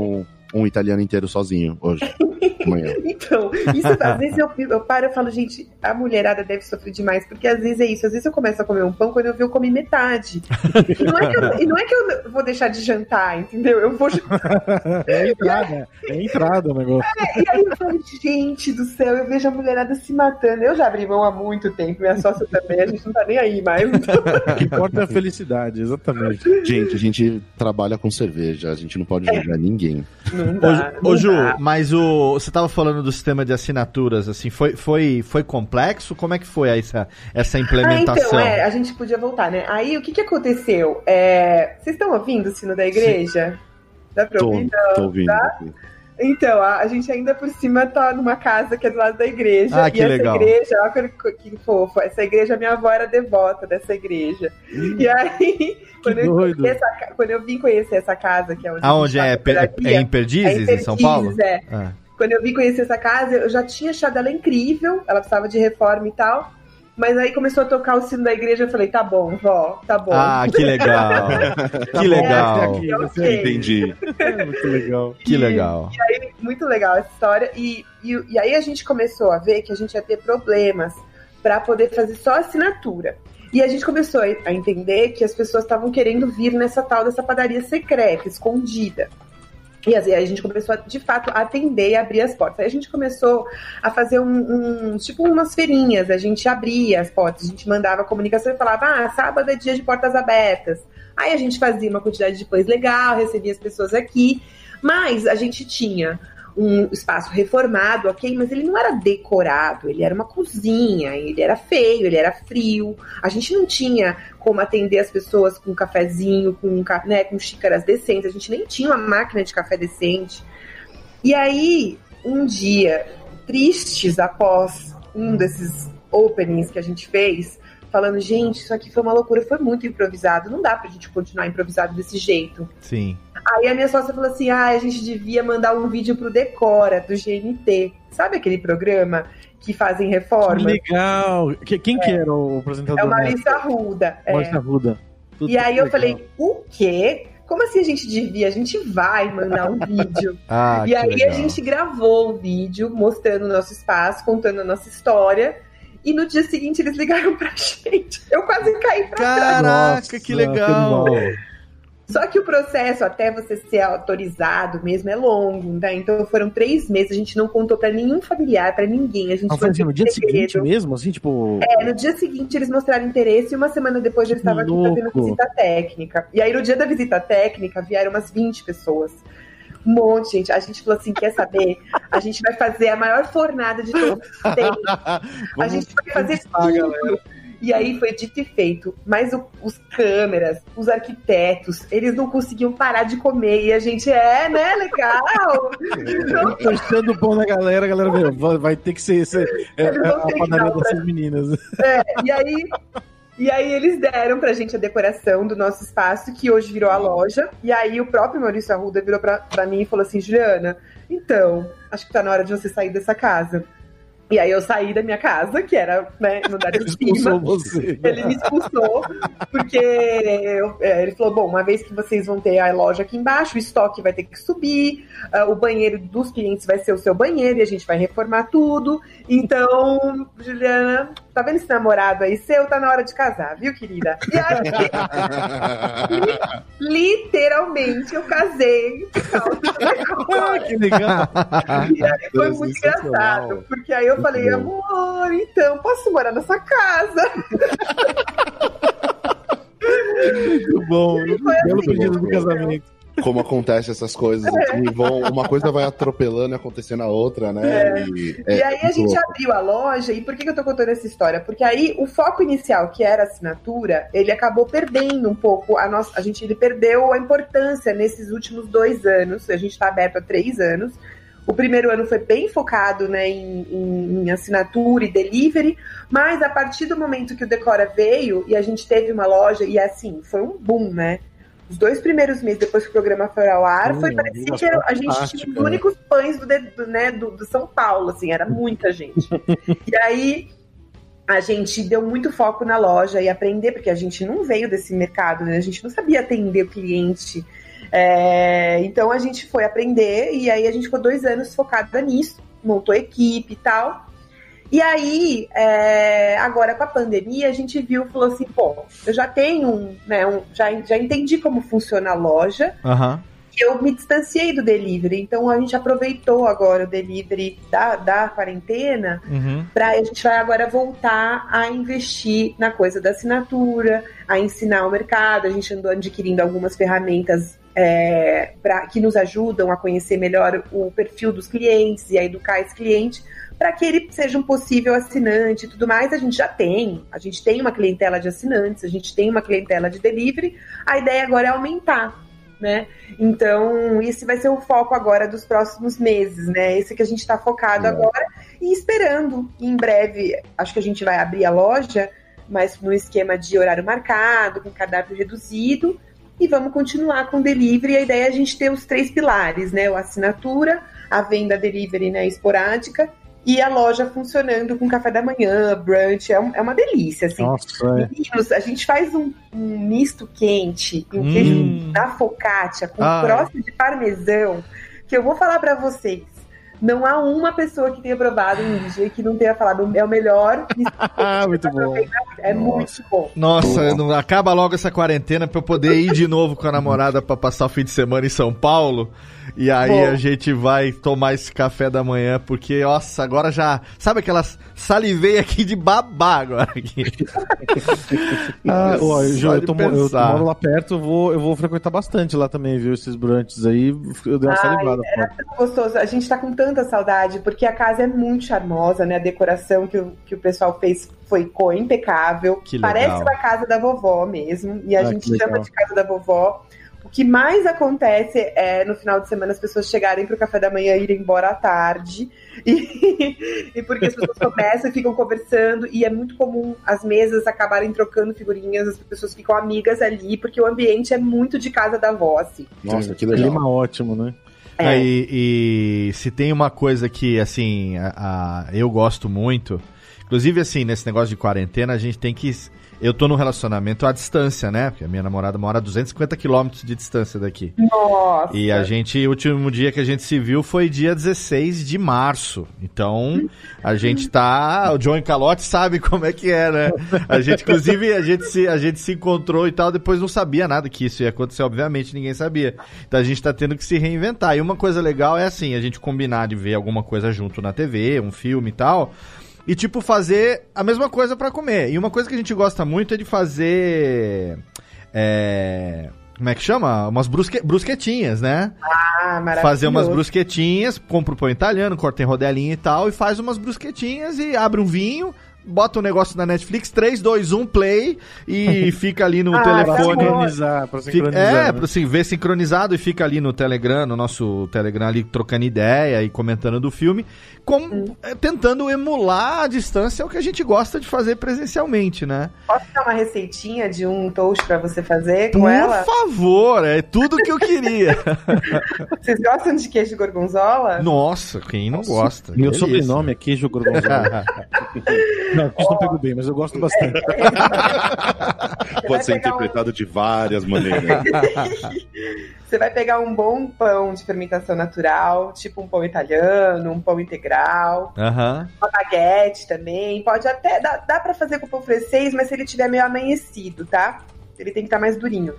um italiano inteiro sozinho hoje. Amanhã. Então, isso às vezes eu, eu paro e falo, gente, a mulherada deve sofrer demais, porque às vezes é isso, às vezes eu começo a comer um pão, quando eu vi eu comi metade. E não é que eu, e não é que eu vou deixar de jantar, entendeu? Eu vou jantar. É entrada, é entrada o negócio. É, e aí eu falo, gente do céu, eu vejo a mulherada se matando. Eu já abri mão há muito tempo, minha sócia também, a gente não tá nem aí mais. O que importa é a felicidade, exatamente. Gente, a gente trabalha com cerveja, a gente não pode julgar é. ninguém. Não dá, ô, ô Ju, dá. mas o, você tava falando do sistema de assinaturas, assim, foi, foi, foi complexo? Como é que foi essa, essa implementação? Ah, então, é, a gente podia voltar, né? Aí, o que que aconteceu? É, vocês estão ouvindo o sino da igreja? Sim. Dá pra ouvir? Tô, tô ouvindo. Tá? Então, a, a gente ainda por cima tá numa casa que é do lado da igreja. Ah, que e essa legal. igreja, olha que, que fofo, essa igreja, minha avó era devota dessa igreja. Hum, e aí, quando eu, essa, quando eu vim conhecer essa casa, que é onde Aonde é? Per, é em Perdizes, é em Perdizes, em São Paulo? É. Ah. Quando eu vim conhecer essa casa, eu já tinha achado ela incrível, ela precisava de reforma e tal. Mas aí começou a tocar o sino da igreja, eu falei, tá bom, vó, tá bom. Ah, que legal. Que legal. É, okay. Entendi. É muito legal. Que legal. E, e aí, muito legal essa história. E, e, e aí a gente começou a ver que a gente ia ter problemas para poder fazer só assinatura. E a gente começou a entender que as pessoas estavam querendo vir nessa tal dessa padaria secreta, escondida. E aí a gente começou, a, de fato, a atender e abrir as portas. Aí a gente começou a fazer um, um tipo umas feirinhas, a gente abria as portas, a gente mandava a comunicação e falava, ah, sábado é dia de portas abertas. Aí a gente fazia uma quantidade de pães legal, recebia as pessoas aqui, mas a gente tinha um espaço reformado, ok? Mas ele não era decorado, ele era uma cozinha, ele era feio, ele era frio. A gente não tinha como atender as pessoas com um cafezinho, com, né, com xícaras decentes. A gente nem tinha uma máquina de café decente. E aí, um dia, tristes após um desses openings que a gente fez, falando, gente, isso aqui foi uma loucura, foi muito improvisado, não dá pra gente continuar improvisado desse jeito. Sim. Aí a minha sócia falou assim, ah, a gente devia mandar um vídeo pro Decora, do G N T. Sabe aquele programa que fazem reforma? Legal! Quem é. que era o apresentador? É o Maurício Arruda. É. Maurício Arruda. Tudo e aí eu legal. falei, o quê? Como assim a gente devia? A gente vai mandar um vídeo. ah, e aí legal. a gente gravou o vídeo, mostrando o nosso espaço, contando a nossa história. E no dia seguinte eles ligaram pra gente. Eu quase caí pra trás. Caraca, Nossa, que legal! Que Só que o processo, até você ser autorizado mesmo, é longo, né? Então foram três meses, a gente não contou pra nenhum familiar, pra ninguém. A gente ah, foi assim, no dia segredo. seguinte mesmo? Assim, tipo... É, no dia seguinte eles mostraram interesse e uma semana depois eles estavam aqui fazendo visita técnica. E aí no dia da visita técnica vieram umas vinte pessoas. Um monte, gente. A gente falou assim, quer saber? A gente vai fazer a maior fornada de todos os tempos. A gente vai fazer tudo. E aí foi dito e feito. Mas o, os câmeras, os arquitetos, eles não conseguiam parar de comer. E a gente, é, né? Legal. Então, tostando o pão na galera, a galera vai, vai ter que ser, ser é, a padaria dessas meninas. É, e aí... E aí eles deram pra gente a decoração do nosso espaço, que hoje virou a loja. E aí o próprio Maurício Arruda virou pra, pra mim e falou assim, Juliana, então, acho que tá na hora de você sair dessa casa. E aí eu saí da minha casa, que era, né, no andar de cima. Você. Ele me expulsou, porque eu, é, ele falou, bom, uma vez que vocês vão ter a loja aqui embaixo, o estoque vai ter que subir, uh, o banheiro dos clientes vai ser o seu banheiro, e a gente vai reformar tudo. Então, Juliana, tá vendo esse namorado aí seu? Tá na hora de casar, viu, querida? E aí, literalmente, eu casei. Ah, que legal! E aí foi muito engraçado, porque aí eu falei, amor, então, posso morar na sua casa? Muito bom. Belo assim, pedido do casamento. Como acontece essas coisas, assim, vão, uma coisa vai atropelando e acontecendo a outra, né? É. E, é, e aí a gente louco. abriu a loja, e por que, que eu tô contando essa história? Porque aí o foco inicial, que era a assinatura, ele acabou perdendo um pouco, a nossa, a gente ele perdeu a importância nesses últimos dois anos, a gente tá aberto há três anos. O primeiro ano foi bem focado, né, em, em, em assinatura e delivery, mas a partir do momento que o Decora veio e a gente teve uma loja, e assim, foi um boom, né? Os dois primeiros meses depois que o programa foi ao ar, hum, foi parecia que a gente tinha os únicos pães do, do, né, do, do São Paulo, assim, era muita gente. E aí a gente deu muito foco na loja e aprender, porque a gente não veio desse mercado, né? A gente não sabia atender o cliente É, então a gente foi aprender e aí a gente ficou dois anos focada nisso, montou equipe e tal. E aí, é, agora com a pandemia, a gente viu e falou assim, pô, eu já tenho, né, um, já, já entendi como funciona a loja, Uhum. e eu me distanciei do delivery, então a gente aproveitou agora o delivery da, da quarentena, Uhum. pra a gente vai agora voltar a investir na coisa da assinatura, a ensinar o mercado, a gente andou adquirindo algumas ferramentas é, pra, que nos ajudam a conhecer melhor o perfil dos clientes e a educar esse cliente, para que ele seja um possível assinante e tudo mais. A gente já tem, a gente tem uma clientela de assinantes, a gente tem uma clientela de delivery, a ideia agora é aumentar, né? Então, esse vai ser o foco agora dos próximos meses, né? Esse que a gente está focado é. agora e esperando, em breve, acho que a gente vai abrir a loja, mas no esquema de horário marcado, com cardápio reduzido, e vamos continuar com o delivery. A ideia é a gente ter os três pilares, né? A assinatura, a venda delivery, né, esporádica, e a loja funcionando com café da manhã, brunch, é, um, é uma delícia, assim. Nossa, é. Meninos, a gente faz um, um misto quente, um Hum. queijo da focaccia com Ai. crosta de parmesão, que eu vou falar pra vocês. Não há uma pessoa que tenha provado um D J que não tenha falado é o melhor misto quente. Muito bom. É Nossa. muito bom. Nossa, não, acaba logo essa quarentena pra eu poder ir de novo com a namorada pra passar o fim de semana em São Paulo. E aí Bom. a gente vai tomar esse café da manhã, porque, nossa, agora já... Sabe aquelas... Salivei aqui de babá agora. Aqui. Ah, ó, eu, Só eu, de tô, eu pensar. moro lá perto, eu vou, eu vou frequentar bastante lá também, viu? Esses brunches aí, eu dei uma Ai, salivada. era tão gostoso. A gente tá com tanta saudade, porque a casa é muito charmosa, né? A decoração que o, que o pessoal fez foi ficou impecável. Que legal. Parece uma casa da vovó mesmo. E a Ah, gente que chama legal. de casa da vovó. O que mais acontece é no final de semana as pessoas chegarem pro café da manhã e irem embora à tarde. E, e porque as pessoas começam e ficam conversando. E é muito comum as mesas acabarem trocando figurinhas, as pessoas ficam amigas ali, porque o ambiente é muito de casa da avó, assim. Nossa, que legal. Clima ótimo, né? É. É, e, e se tem uma coisa que, assim, a, a- eu gosto muito, inclusive, assim, nesse negócio de quarentena, a gente tem que... Eu tô num relacionamento à distância, né? Porque a minha namorada mora a duzentos e cinquenta quilômetros de distância daqui. Nossa! E a gente, o último dia que a gente se viu foi dia dezesseis de março. Então, a gente tá... O John Calote sabe como é que é, né? A gente, inclusive, a gente, se, a gente se encontrou e tal, depois não sabia nada que isso ia acontecer, obviamente, ninguém sabia. Então, a gente tá tendo que se reinventar. E uma coisa legal é, assim, a gente combinar de ver alguma coisa junto na T V, um filme e tal... E, tipo, fazer a mesma coisa pra comer. E uma coisa que a gente gosta muito é de fazer... É... Como é que chama? Umas brusque... brusquetinhas, né? Ah, maravilhoso. Fazer umas brusquetinhas, compra o pão italiano, corta em rodelinha e tal, e faz umas brusquetinhas e abre um vinho, bota um negócio na Netflix, três, dois, um, play, e fica ali no Ah, Pra telefone... tá bom. sincronizar, pra Fica- sincronizar. é, né? pra assim, ver sincronizado e fica ali no Telegram, no nosso Telegram ali, trocando ideia e comentando do filme, como, Hum. é, tentando emular a distância, é o que a gente gosta de fazer presencialmente, né? Posso dar uma receitinha de um toast pra você fazer com Por ela? favor, é tudo que eu queria. Vocês gostam de queijo gorgonzola? Nossa, quem não gosta? Meu Delícia. sobrenome é queijo gorgonzola. Não, isso não pegou bem, mas eu gosto bastante. Pode ser vai pegar um- interpretado de várias maneiras. Você vai pegar um bom pão de fermentação natural, tipo um pão italiano, um pão integral, Aham. uma baguete também. Pode até, dá, dá pra fazer com pão francês, mas se ele tiver meio amanhecido, tá? Ele tem que estar mais durinho.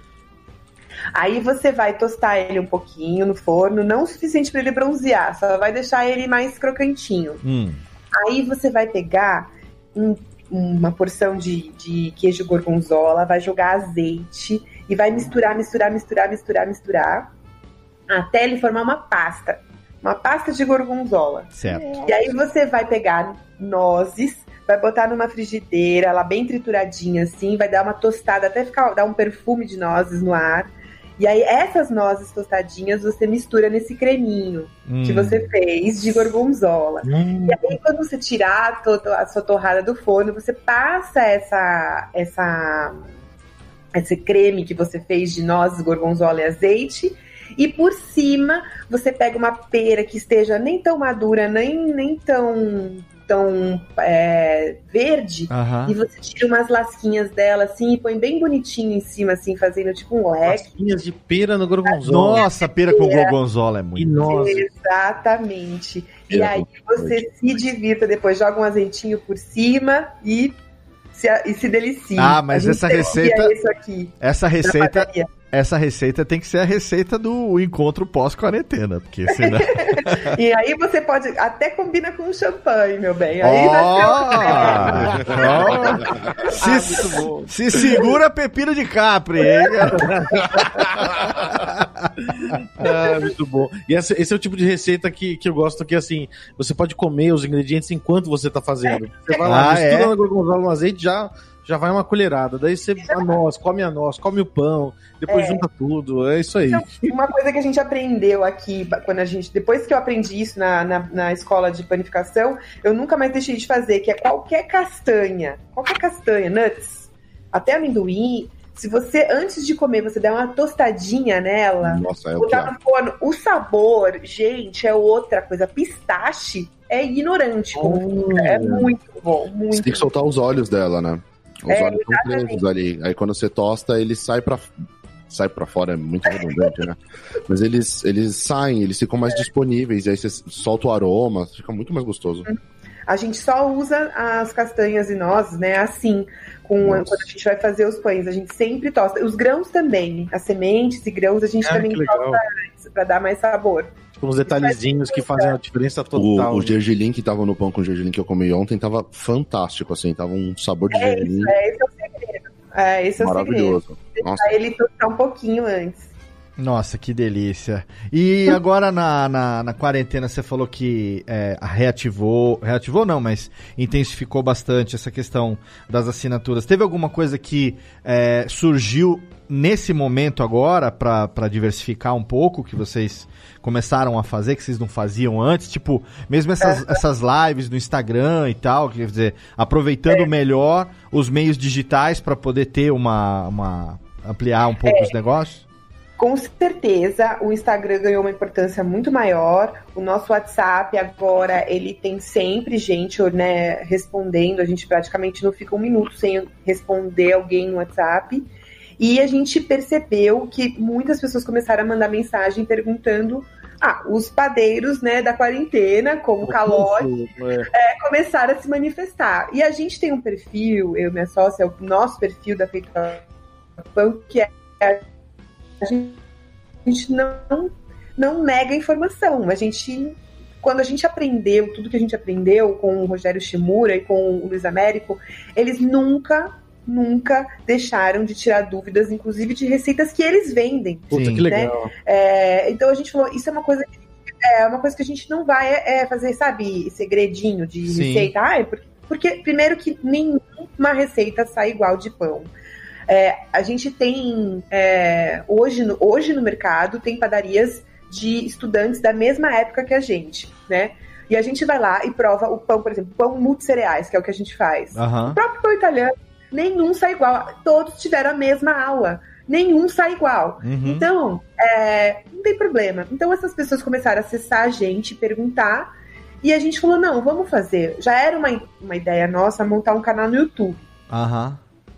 Aí você vai tostar ele um pouquinho no forno, não o suficiente pra ele bronzear, só vai deixar ele mais crocantinho. Hum. Aí você vai pegar um- uma porção de, de queijo gorgonzola, vai jogar azeite e vai misturar, misturar, misturar, misturar, misturar, até ele formar uma pasta. Uma pasta de gorgonzola. Certo. E aí você vai pegar nozes, vai botar numa frigideira, ela bem trituradinha assim, vai dar uma tostada até ficar, dar um perfume de nozes no ar. E aí essas nozes tostadinhas você mistura nesse creminho Hum. que você fez de gorgonzola. Hum, E aí, quando você tirar a, to- a sua torrada do forno, você passa essa, essa, esse creme que você fez de nozes, gorgonzola e azeite. E por cima, você pega uma pera que esteja nem tão madura, nem, nem tão, tão é, verde, Aham. e você tira umas lasquinhas dela, assim, e põe bem bonitinho em cima, assim, fazendo tipo um leque. Lasquinhas de pera no gorgonzola. Nossa, pera com gorgonzola é muito. E nossa. Exatamente. E Pera aí com você se divirta depois, joga um azeitinho por cima e se, e se delicia. Ah, mas A gente essa delicia receita- isso aqui Essa na receita, padaria. essa receita tem que ser a receita do encontro pós-quarentena, porque senão... E aí você pode, até combina com um champanhe, meu bem. Aí Ó, nasceu- ó. se, se segura pepino de Capri, hein? Ah, muito bom. E esse, esse é o tipo de receita que, que eu gosto, que assim, você pode comer os ingredientes enquanto você tá fazendo. Você vai lá, Ah, mistura é? na gorgonzola no azeite, já, já vai uma colherada. Daí você a noz, come a noz, come o pão, depois É. junta tudo. É isso aí. Então, uma coisa que a gente aprendeu aqui, quando a gente, depois que eu aprendi isso na, na, na escola de panificação, eu nunca mais deixei de fazer, que é qualquer castanha, qualquer castanha, nuts, até amendoim, se você, antes de comer, você der uma tostadinha nela, Nossa, é o que botar há. no forno, o sabor, gente, é outra coisa. Pistache é ignorante, como fica. É muito bom, Você muito tem que soltar os olhos dela, né? Os É, olhos são presos ali. Aí quando você tosta, ele sai pra. Sai pra fora, é muito redundante, né? Mas eles, eles saem, eles ficam mais disponíveis, e aí você solta o aroma, fica muito mais gostoso. A gente só usa as castanhas e nozes, né, assim, com, Nossa. quando a gente vai fazer os pães. A gente sempre tosta. Os grãos também, as sementes e grãos, a gente Ah, também que legal. tosta antes, pra dar mais sabor. Tipo, uns detalhezinhos que fazem a diferença total. O, o gergelim que tava no pão com o gergelim que eu comi ontem tava fantástico, assim, tava um sabor de É gergelim isso, é, esse é o segredo. É, esse é o segredo. maravilhoso. Nossa, Deixar ele tostar um pouquinho antes. Nossa, que delícia. E agora na, na, na quarentena você falou que é, reativou, reativou não, mas intensificou bastante essa questão das assinaturas. Teve alguma coisa que é, surgiu nesse momento agora para diversificar um pouco, que vocês começaram a fazer, que vocês não faziam antes? Tipo, mesmo essas, essas lives no Instagram e tal, quer dizer, aproveitando melhor os meios digitais para poder ter uma, uma... ampliar um pouco os negócios? Com certeza, o Instagram ganhou uma importância muito maior. O nosso WhatsApp agora, ele tem sempre gente, né, respondendo. A gente praticamente não fica um minuto sem responder alguém no WhatsApp. E a gente percebeu que muitas pessoas começaram a mandar mensagem perguntando... Ah, os padeiros, né, da quarentena, como calote, é, começaram a se manifestar. E a gente tem um perfil, eu e minha sócia, o nosso perfil da Feito Pão, que é... A gente não, não nega informação. A gente, quando a gente aprendeu, tudo que a gente aprendeu com o Rogério Shimura e com o Luiz Américo, eles nunca, nunca deixaram de tirar dúvidas, inclusive de receitas que eles vendem. Puta, Sim. que legal. É, então a gente falou, isso é uma coisa que, é uma coisa que a gente não vai é, fazer, sabe, segredinho de Sim. receita. Ah, é porque, porque, primeiro que nenhuma receita sai igual de pão. É, a gente tem, é, hoje, no, hoje no mercado, tem padarias de estudantes da mesma época que a gente, né? E a gente vai lá e prova o pão, por exemplo, pão multicereais, que é o que a gente faz. Aham. O próprio pão italiano, nenhum sai igual. Todos tiveram a mesma aula. Nenhum sai igual. Uhum. Então, é, não tem problema. Então, essas pessoas começaram a acessar a gente, perguntar, e a gente falou, não, vamos fazer. Já era uma, uma ideia nossa montar um canal no YouTube. Aham.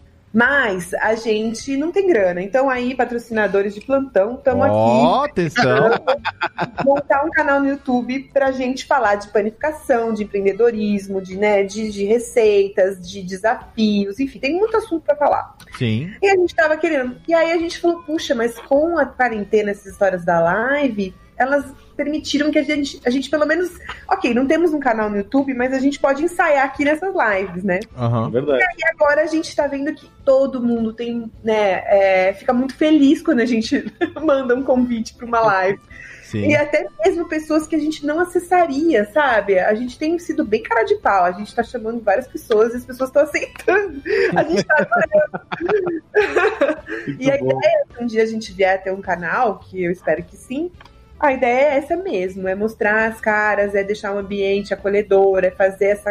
Mas a gente não tem grana. Então aí, patrocinadores de plantão, estamos Ó, aqui atenção. montar um canal no YouTube pra gente falar de panificação, de empreendedorismo, de, né, de, de receitas, de desafios, enfim, tem muito assunto pra falar. Sim. E a gente tava querendo. E aí a gente falou, puxa, mas com a quarentena, essas histórias da live, elas permitiram que a gente, a gente pelo menos, ok, não temos um canal no YouTube, mas a gente pode ensaiar aqui nessas lives, né? Aham. Verdade. E agora a gente tá vendo que todo mundo tem, né, é, fica muito feliz quando a gente manda um convite para uma live. Sim. E até mesmo pessoas que a gente não acessaria, sabe? A gente tem sido bem cara de pau. A gente tá chamando várias pessoas e as pessoas estão aceitando. A gente tá adorando. E a ideia é que um dia a gente vier a ter um canal, que eu espero que sim, a ideia é essa mesmo, é mostrar as caras, é deixar um ambiente acolhedor, é fazer essa,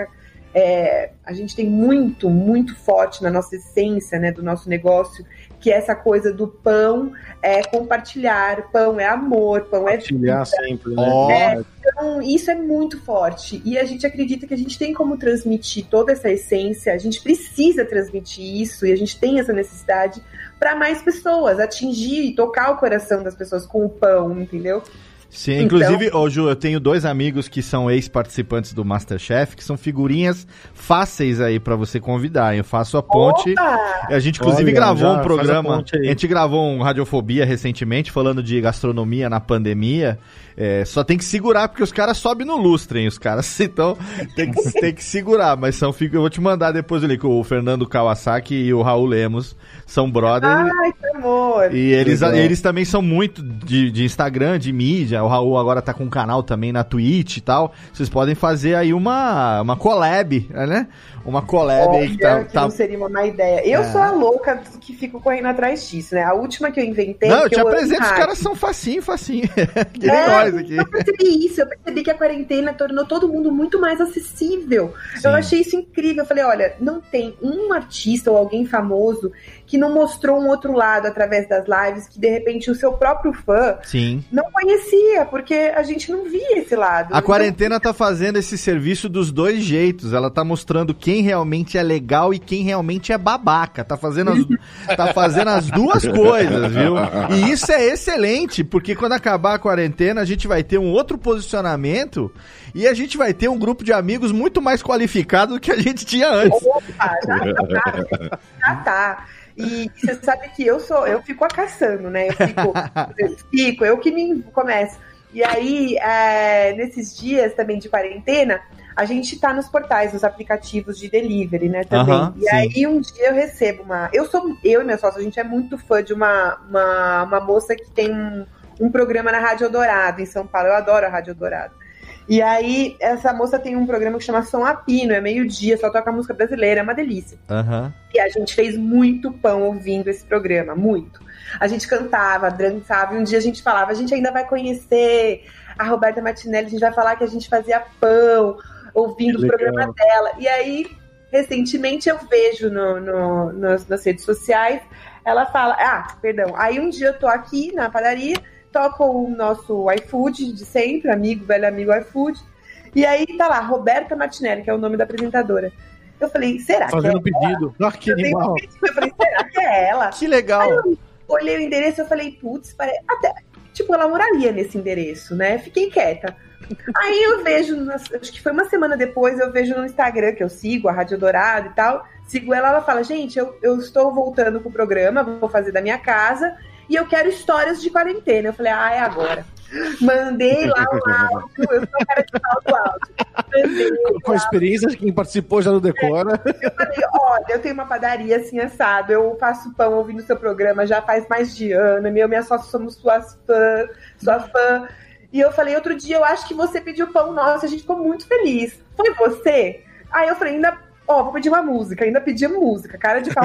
é, a gente tem muito, muito forte na nossa essência, né, do nosso negócio, que é essa coisa do pão é compartilhar, pão é amor, pão é vida. Sempre, né? É, então, isso é muito forte. E a gente acredita que a gente tem como transmitir toda essa essência, a gente precisa transmitir isso, e a gente tem essa necessidade para mais pessoas, atingir e tocar o coração das pessoas com o pão, entendeu? Sim, inclusive, então... ô Ju, eu tenho dois amigos que são ex-participantes do MasterChef, que são figurinhas fáceis aí pra você convidar. Eu faço a ponte. Opa! A gente, inclusive, Olha, gravou um programa. A, a gente gravou um Radiofobia recentemente, falando de gastronomia na pandemia. É, só tem que segurar, porque os caras sobem no lustre, hein? Os caras, então, tem que, tem que segurar. Mas são figuras. Eu vou te mandar depois ali, que o Fernando Kawasaki e o Raul Lemos são brothers. Ai, que amor! E eles, eles também são muito de, de Instagram, de mídia. O Raul agora tá com um canal também na Twitch e tal. Vocês podem fazer aí uma, uma collab, né? Uma collab Olha, aí que tá, que tá... não seria uma má ideia. Eu é. sou a louca que fico correndo atrás disso, né? A última que eu inventei... Não, eu te eu apresento, os caras são facinho, facinho. Que é, nós aqui. Eu percebi isso, eu percebi que a quarentena tornou todo mundo muito mais acessível. Sim. Eu achei isso incrível. Eu falei, olha, não tem um artista ou alguém famoso que não mostrou um outro lado através das lives que, de repente, o seu próprio fã Sim. não conhecia, porque a gente não via esse lado. A então... quarentena tá fazendo esse serviço dos dois jeitos. Ela tá mostrando quem realmente é legal e quem realmente é babaca. Tá fazendo as, tá fazendo as duas coisas, viu? E isso é excelente, porque quando acabar a quarentena, a gente vai ter um outro posicionamento e a gente vai ter um grupo de amigos muito mais qualificado do que a gente tinha antes. Opa, já tá. Já tá. E você sabe que eu sou, eu fico caçando, né? Eu fico, eu fico, eu que me começo. E aí, é, nesses dias também de quarentena, a gente tá nos portais, nos aplicativos de delivery, né, também. Uh-huh, e sim. aí um dia eu recebo uma... Eu sou, eu e meu sócio, a gente é muito fã de uma, uma, uma moça que tem um, um programa na Rádio Eldorado, em São Paulo. Eu adoro a Rádio Eldorado. E aí, essa moça tem um programa que chama Som a Pino, é meio-dia, só toca música brasileira, é uma delícia. Uhum. E a gente fez muito pão ouvindo esse programa, muito. A gente cantava, dançava, e um dia a gente falava, a gente ainda vai conhecer a Roberta Martinelli, a gente vai falar que a gente fazia pão, ouvindo o programa dela. E aí, recentemente, eu vejo no, no, nos, nas redes sociais, ela fala, ah, perdão, aí um dia eu tô aqui na padaria, toco o nosso iFood de sempre, amigo, velho amigo iFood, e aí tá lá, Roberta Martinelli, que é o nome da apresentadora. Eu falei, será Fazendo que é pedido. ela? Ah, que animal. Eu falei, será que é ela? Que legal. Aí eu olhei o endereço e falei, putz, pare... até, tipo, ela moraria nesse endereço, né? Fiquei quieta. Aí eu vejo, acho que foi uma semana depois, eu vejo no Instagram, que eu sigo, a Rádio Dourado e tal, sigo ela, ela fala, gente, eu, eu estou voltando pro programa, vou fazer da minha casa, e eu quero histórias de quarentena. Eu falei, ah, é agora. Mandei lá o áudio, eu sou cara de pau do áudio. Mandei com a experiência de quem participou já no Decora. É, eu falei, olha, eu tenho uma padaria assim assado, eu faço pão ouvindo seu programa já faz mais de ano, eu e minha sócia somos suas fã, sua fã. E eu falei, outro dia eu acho que você pediu pão nosso, a gente ficou muito feliz. Foi você? Aí eu falei, ainda... Ó, oh, vou pedir uma música, ainda pedi música, cara de pau.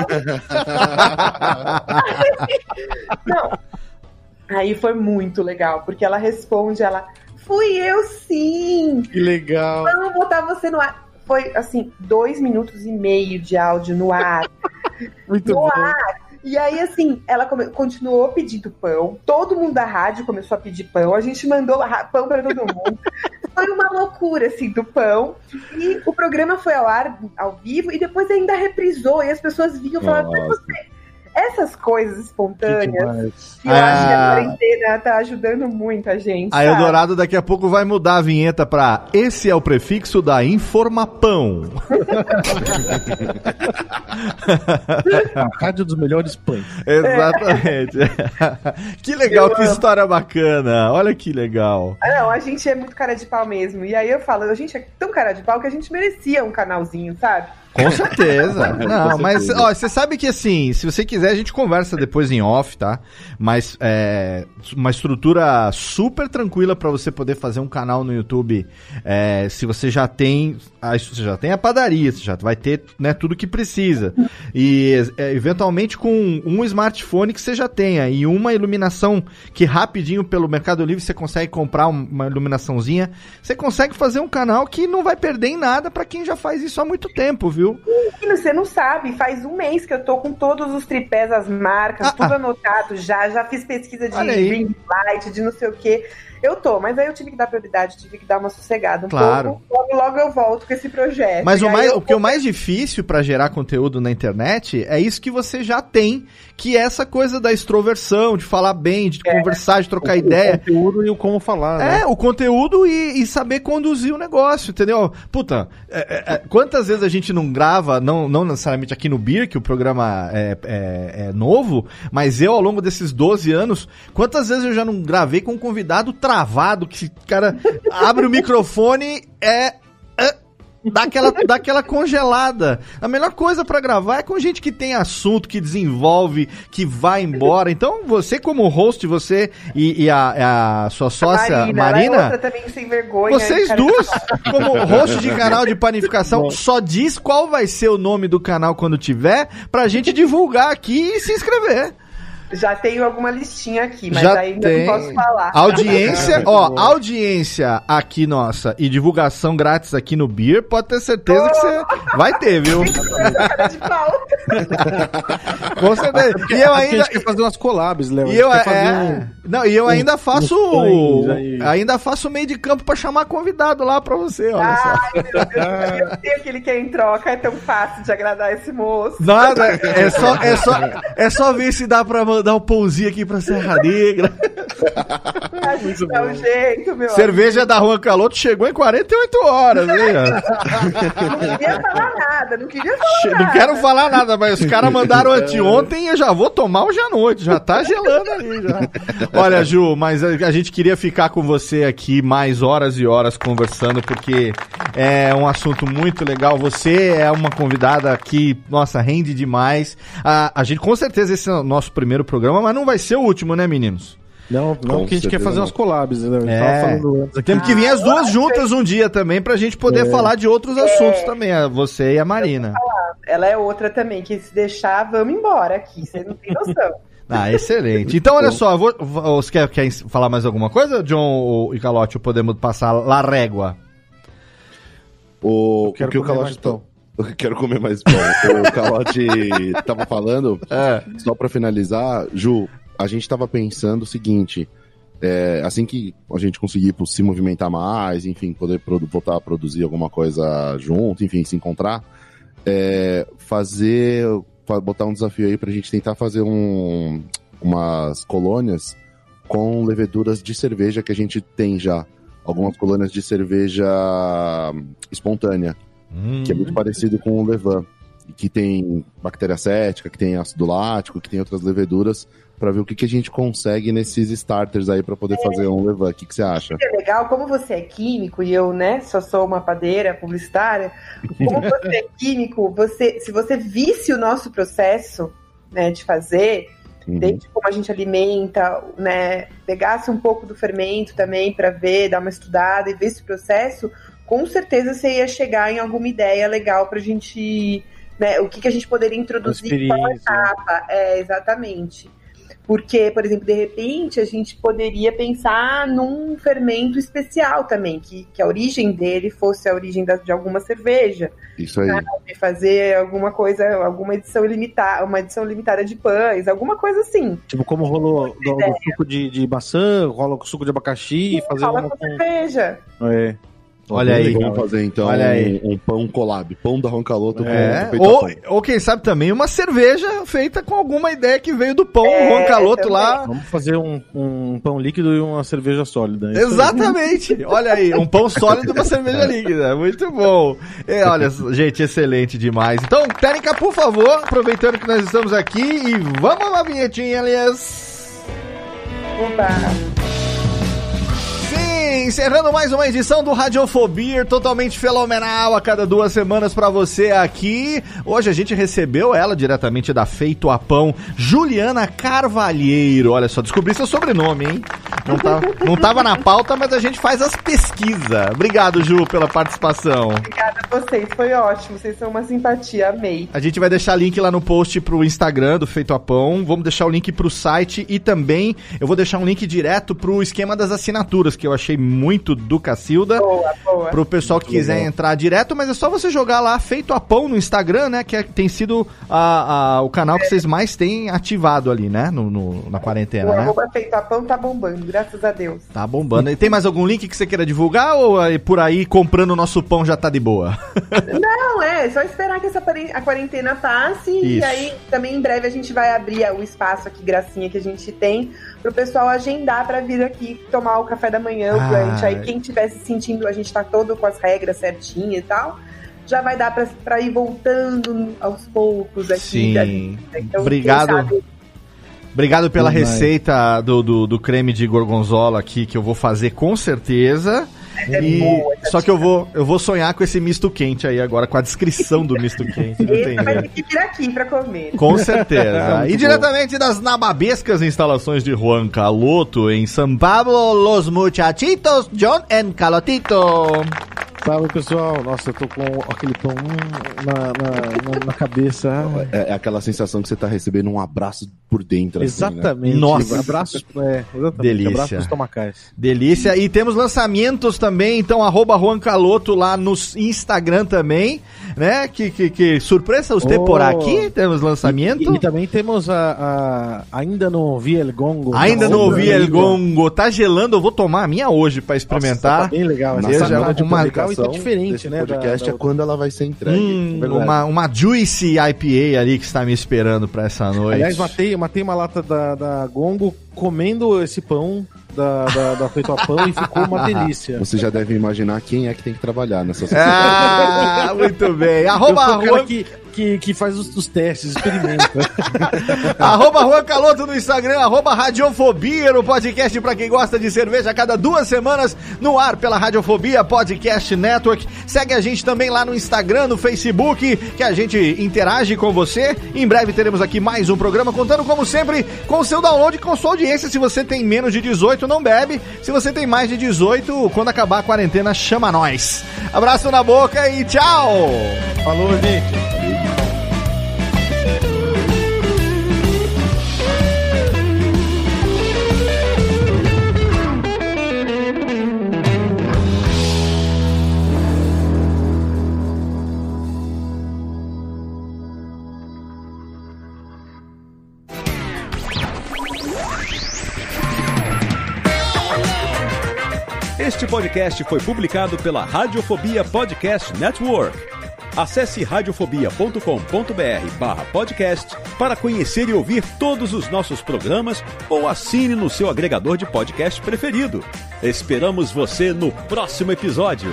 Não. Aí foi muito legal, porque ela responde, ela, fui eu sim! Que legal! Vamos botar você no ar. Foi, assim, dois minutos e meio de áudio no ar. Muito no bom. ar. E aí, assim, ela come... continuou pedindo pão, todo mundo da rádio começou a pedir pão, a gente mandou pão para todo mundo. Foi uma loucura, assim, do pão. E o programa foi ao ar, ao vivo, e depois ainda reprisou, e as pessoas vinham e falavam, mas você... Essas coisas espontâneas, que eu ah. acho que a quarentena tá ajudando muito a gente. A Eldorado daqui a pouco vai mudar a vinheta pra esse é o prefixo da Informapão. A rádio dos melhores pães. Exatamente. É. Que legal, eu que amo. História bacana. Olha que legal. Ah, não, a gente é muito cara de pau mesmo. E aí eu falo, a gente é tão cara de pau que a gente merecia um canalzinho, sabe? Com certeza. Não, Com mas certeza. ó, você sabe que assim, se você quiser, a gente conversa depois em off, tá? Mas é uma estrutura super tranquila pra você poder fazer um canal no YouTube. É, se você já tem, a, você já tem a padaria, você já vai ter, né, tudo que precisa. E é, eventualmente com um smartphone que você já tenha e uma iluminação que rapidinho pelo Mercado Livre você consegue comprar uma iluminaçãozinha, você consegue fazer um canal que não vai perder em nada pra quem já faz isso há muito tempo, viu? Você não sabe, faz um mês que eu tô com todos os tripés, as marcas, Ah, tudo ah. anotado já, já fiz pesquisa de Olha aí. ring light, de não sei o quê. Eu tô, mas aí eu tive que dar prioridade, tive que dar uma sossegada um Claro. pouco. Logo, logo eu volto com esse projeto. Mas E o, aí mais, eu o que é o mais difícil pra gerar conteúdo na internet é isso que você já tem, que é essa coisa da extroversão, de falar bem, de conversar, de trocar O ideia. conteúdo e o como falar, né? É, o conteúdo e, e saber conduzir o negócio, entendeu? Puta, é, é, é, quantas vezes a gente não grava, não, não necessariamente aqui no Beer, que o programa é, é, é novo, mas eu, ao longo desses doze anos, quantas vezes eu já não gravei com um convidado travado, que o cara abre o microfone, é... é Dá aquela, dá aquela congelada. A melhor coisa pra gravar é com gente que tem assunto, que desenvolve, que vai embora. Então, você como host, você e, e a, a sua sócia, Marina, Marina, ela é outra também sem vergonha. vocês cara. duas, como host de canal de panificação, só diz qual vai ser o nome do canal quando tiver, pra gente divulgar aqui e se inscrever. Já tenho alguma listinha aqui, mas Já ainda tem. não posso falar. Audiência, ó, audiência aqui nossa e divulgação grátis aqui no Beer, pode ter certeza que você vai ter, viu? Cara de pau. Com certeza. E eu Aqui a ainda... gente quer fazer umas collabs, Léo. E eu, a gente quer fazer é... um... Não, e eu ainda faço uns pães aí. ainda faço meio de campo pra chamar convidado lá pra você, olha só. Ai, meu Deus, eu sei o que ele quer em troca, é tão fácil de agradar esse moço. Nada, é só, é só, é só ver se dá pra mandar um pãozinho aqui pra Serra Negra. A gente dá um jeito, meu Cerveja da Juan Caloto chegou em quarenta e oito horas, hein? amigo. Não queria falar nada, não queria falar Não nada. quero falar nada, mas os caras mandaram anteontem e eu já vou tomar hoje à noite. Já tá gelando ali, já. Olha, Ju, mas a, a gente queria ficar com você aqui mais horas e horas conversando, porque é um assunto muito legal. Você é uma convidada que, nossa, rende demais. A, a gente, com certeza, esse é o nosso primeiro programa, mas não vai ser o último, né, meninos? Não, não, Com que a gente quer certeza fazer não. umas collabs, né? A gente É. tava falando antes aqui. Temos que vir as Ah, duas eu juntas um dia também pra gente poder falar de outros assuntos também, a- você e a Marina. Ela é outra também, que se deixar, vamos embora aqui, você não tem noção. Ah, excelente. Então, olha só, eu vou, vou- você quer, quer falar mais alguma coisa, John e Calote, ou podemos passar la régua? O, Eu quero o que o comer Calote mais pão. tá- Eu quero comer mais pão. O Calote tava falando, É. só pra finalizar, Ju, a gente tava pensando o seguinte, é, assim que a gente conseguir pô, se movimentar mais, enfim, poder produ- voltar a produzir alguma coisa junto, enfim, se encontrar, é, fazer, fa- botar um desafio aí pra gente tentar fazer um, umas colônias com leveduras de cerveja que a gente tem já. Algumas colônias de cerveja espontânea, que é muito parecido com o levain, que tem bactéria cética, que tem ácido lático, que tem outras leveduras, para ver o que, que a gente consegue nesses starters aí para poder fazer um levain. O que, que você acha? É legal, como você é químico e eu, né, só sou uma padeira publicitária, como você é químico, você, se você visse o nosso processo, né, de fazer, Uhum. desde como a gente alimenta, né, pegasse um pouco do fermento também para ver, dar uma estudada e ver esse processo, com certeza você ia chegar em alguma ideia legal pra gente, né, o que, que a gente poderia introduzir em qual Experiência. etapa. É, exatamente. Porque, por exemplo, de repente, a gente poderia pensar num fermento especial também, que, que a origem dele fosse a origem da, de alguma cerveja. Isso aí. E fazer alguma coisa, alguma edição limitada, uma edição limitada de pães, alguma coisa assim. Tipo, como rolou do, do suco de, de maçã, rola com suco de abacaxi, e fazer Fala uma com com... cerveja. É. Olha aí. Vamos fazer então Olha aí. Um, um pão collab, pão da Roncaloto É, com feito a ou, pão. ou quem sabe também uma cerveja feita com alguma ideia que veio do pão É, Juan Caloto também. lá. Vamos fazer um, um pão líquido e uma cerveja sólida. Isso aí. Exatamente. Olha aí, um pão sólido e uma cerveja líquida. Muito bom. É, olha, gente, excelente demais. Então, técnica, por favor, aproveitando que nós estamos aqui e vamos lá, vinhetinha, aliás. Opa. Sim, encerrando mais uma edição do Radiofobia, totalmente fenomenal a cada duas semanas pra você aqui. Hoje a gente recebeu ela diretamente da Feito a Pão, Juliana Carvalheiro. Olha só, descobri seu sobrenome, hein? Não tava, não tava na pauta, mas a gente faz as pesquisas. Obrigado, Ju, pela participação. Obrigada a vocês, foi ótimo. Vocês são uma simpatia, amei. A gente vai deixar link lá no post pro Instagram do Feito a Pão. Vamos deixar o link pro site e também eu vou deixar um link direto pro esquema das assinaturas, que eu achei muito do Cacilda. Boa, boa. Pro pessoal que quiser entrar direto, mas é só você jogar lá Feito a Pão no Instagram, né? Que é, tem sido a, a, o canal que vocês mais têm ativado ali, né? No, no, na quarentena, o né? arroba Feito a Pão tá bombando, graças a Deus. Tá bombando. E tem mais algum link que você queira divulgar ou aí, por aí comprando o nosso pão já tá de boa? Não, é só esperar que essa a quarentena passe. Isso. E aí também em breve a gente vai abrir o espaço aqui, gracinha, que a gente tem pro pessoal agendar pra vir aqui tomar o café da manhã, o brunch. Aí quem estiver se sentindo, a gente tá todo com as regras certinhas e tal, já vai dar pra, pra ir voltando aos poucos aqui. Sim. Então, obrigado. Obrigado pela Sim, receita do, do, do creme de gorgonzola aqui, que eu vou fazer com certeza. É e... boa, só que eu vou, eu vou sonhar com esse misto quente aí agora, com a descrição do misto quente. Não tem vai ter que vir aqui pra comer. Com certeza. É, e diretamente das nababescas instalações de Juan Caloto, em São Pablo, Los Muchachitos, John and Calotito. Salve, pessoal. Nossa, eu tô com aquele pão na, na, na, na cabeça. É, é aquela sensação que você tá recebendo um abraço por dentro. Exatamente. Assim, né? Nossa. Abraços, é, exatamente. Delícia. Abraços estomacais. Delícia. E temos lançamentos também, então, arroba Juan Caloto lá no Instagram também, né? Que, que, que surpresa você oh. por aqui. Temos lançamento. E, e, e também temos a, a... Ainda não ouvi El Gongo. Ainda não ouvi El Gongo. Tá gelando, eu vou tomar a minha hoje pra experimentar. Nossa, tá bem legal. Seja uma legal e tá diferente, né? podcast da, da... é quando ela vai ser entregue. Hum, uma, uma Juicy I P A ali que está me esperando pra essa noite. Aliás, matei, matei uma lata da, da Gongo comendo esse pão da, da, da Feito a Pão e ficou uma delícia. Você já deve imaginar quem é que tem que trabalhar nessa sociedade. Ah, muito bem. Arroba Juan... que, que, que faz os, os testes, experimenta. Arroba Juan Caloto no Instagram, arroba Radiofobia no podcast pra quem gosta de cerveja a cada duas semanas no ar pela Radiofobia Podcast Network. Segue a gente também lá no Instagram, no Facebook, que a gente interage com você. Em breve teremos aqui mais um programa contando, como sempre, com o seu download e com sua audiência. Se você tem menos de dezoito, não bebe. Se você tem mais de dezoito, quando acabar a quarentena, chama nós. Abraço na boca e tchau! Falou, gente! Este podcast foi publicado pela Radiofobia Podcast Network. Acesse radiofobia ponto com ponto br barra podcast para conhecer e ouvir todos os nossos programas ou assine no seu agregador de podcast preferido. Esperamos você no próximo episódio.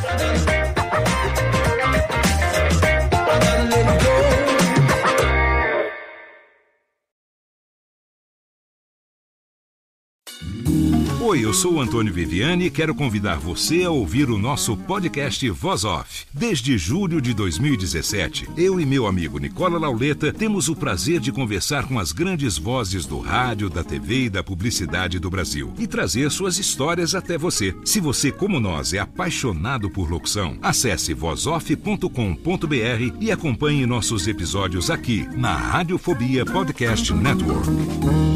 Oi, eu sou o Antônio Viviani e quero convidar você a ouvir o nosso podcast Voz Off. Desde julho de dois mil e dezessete, eu e meu amigo Nicola Lauleta temos o prazer de conversar com as grandes vozes do rádio, da T V e da publicidade do Brasil e trazer suas histórias até você. Se você, como nós, é apaixonado por locução, acesse voz off ponto com ponto br e acompanhe nossos episódios aqui na Radiofobia Podcast Network.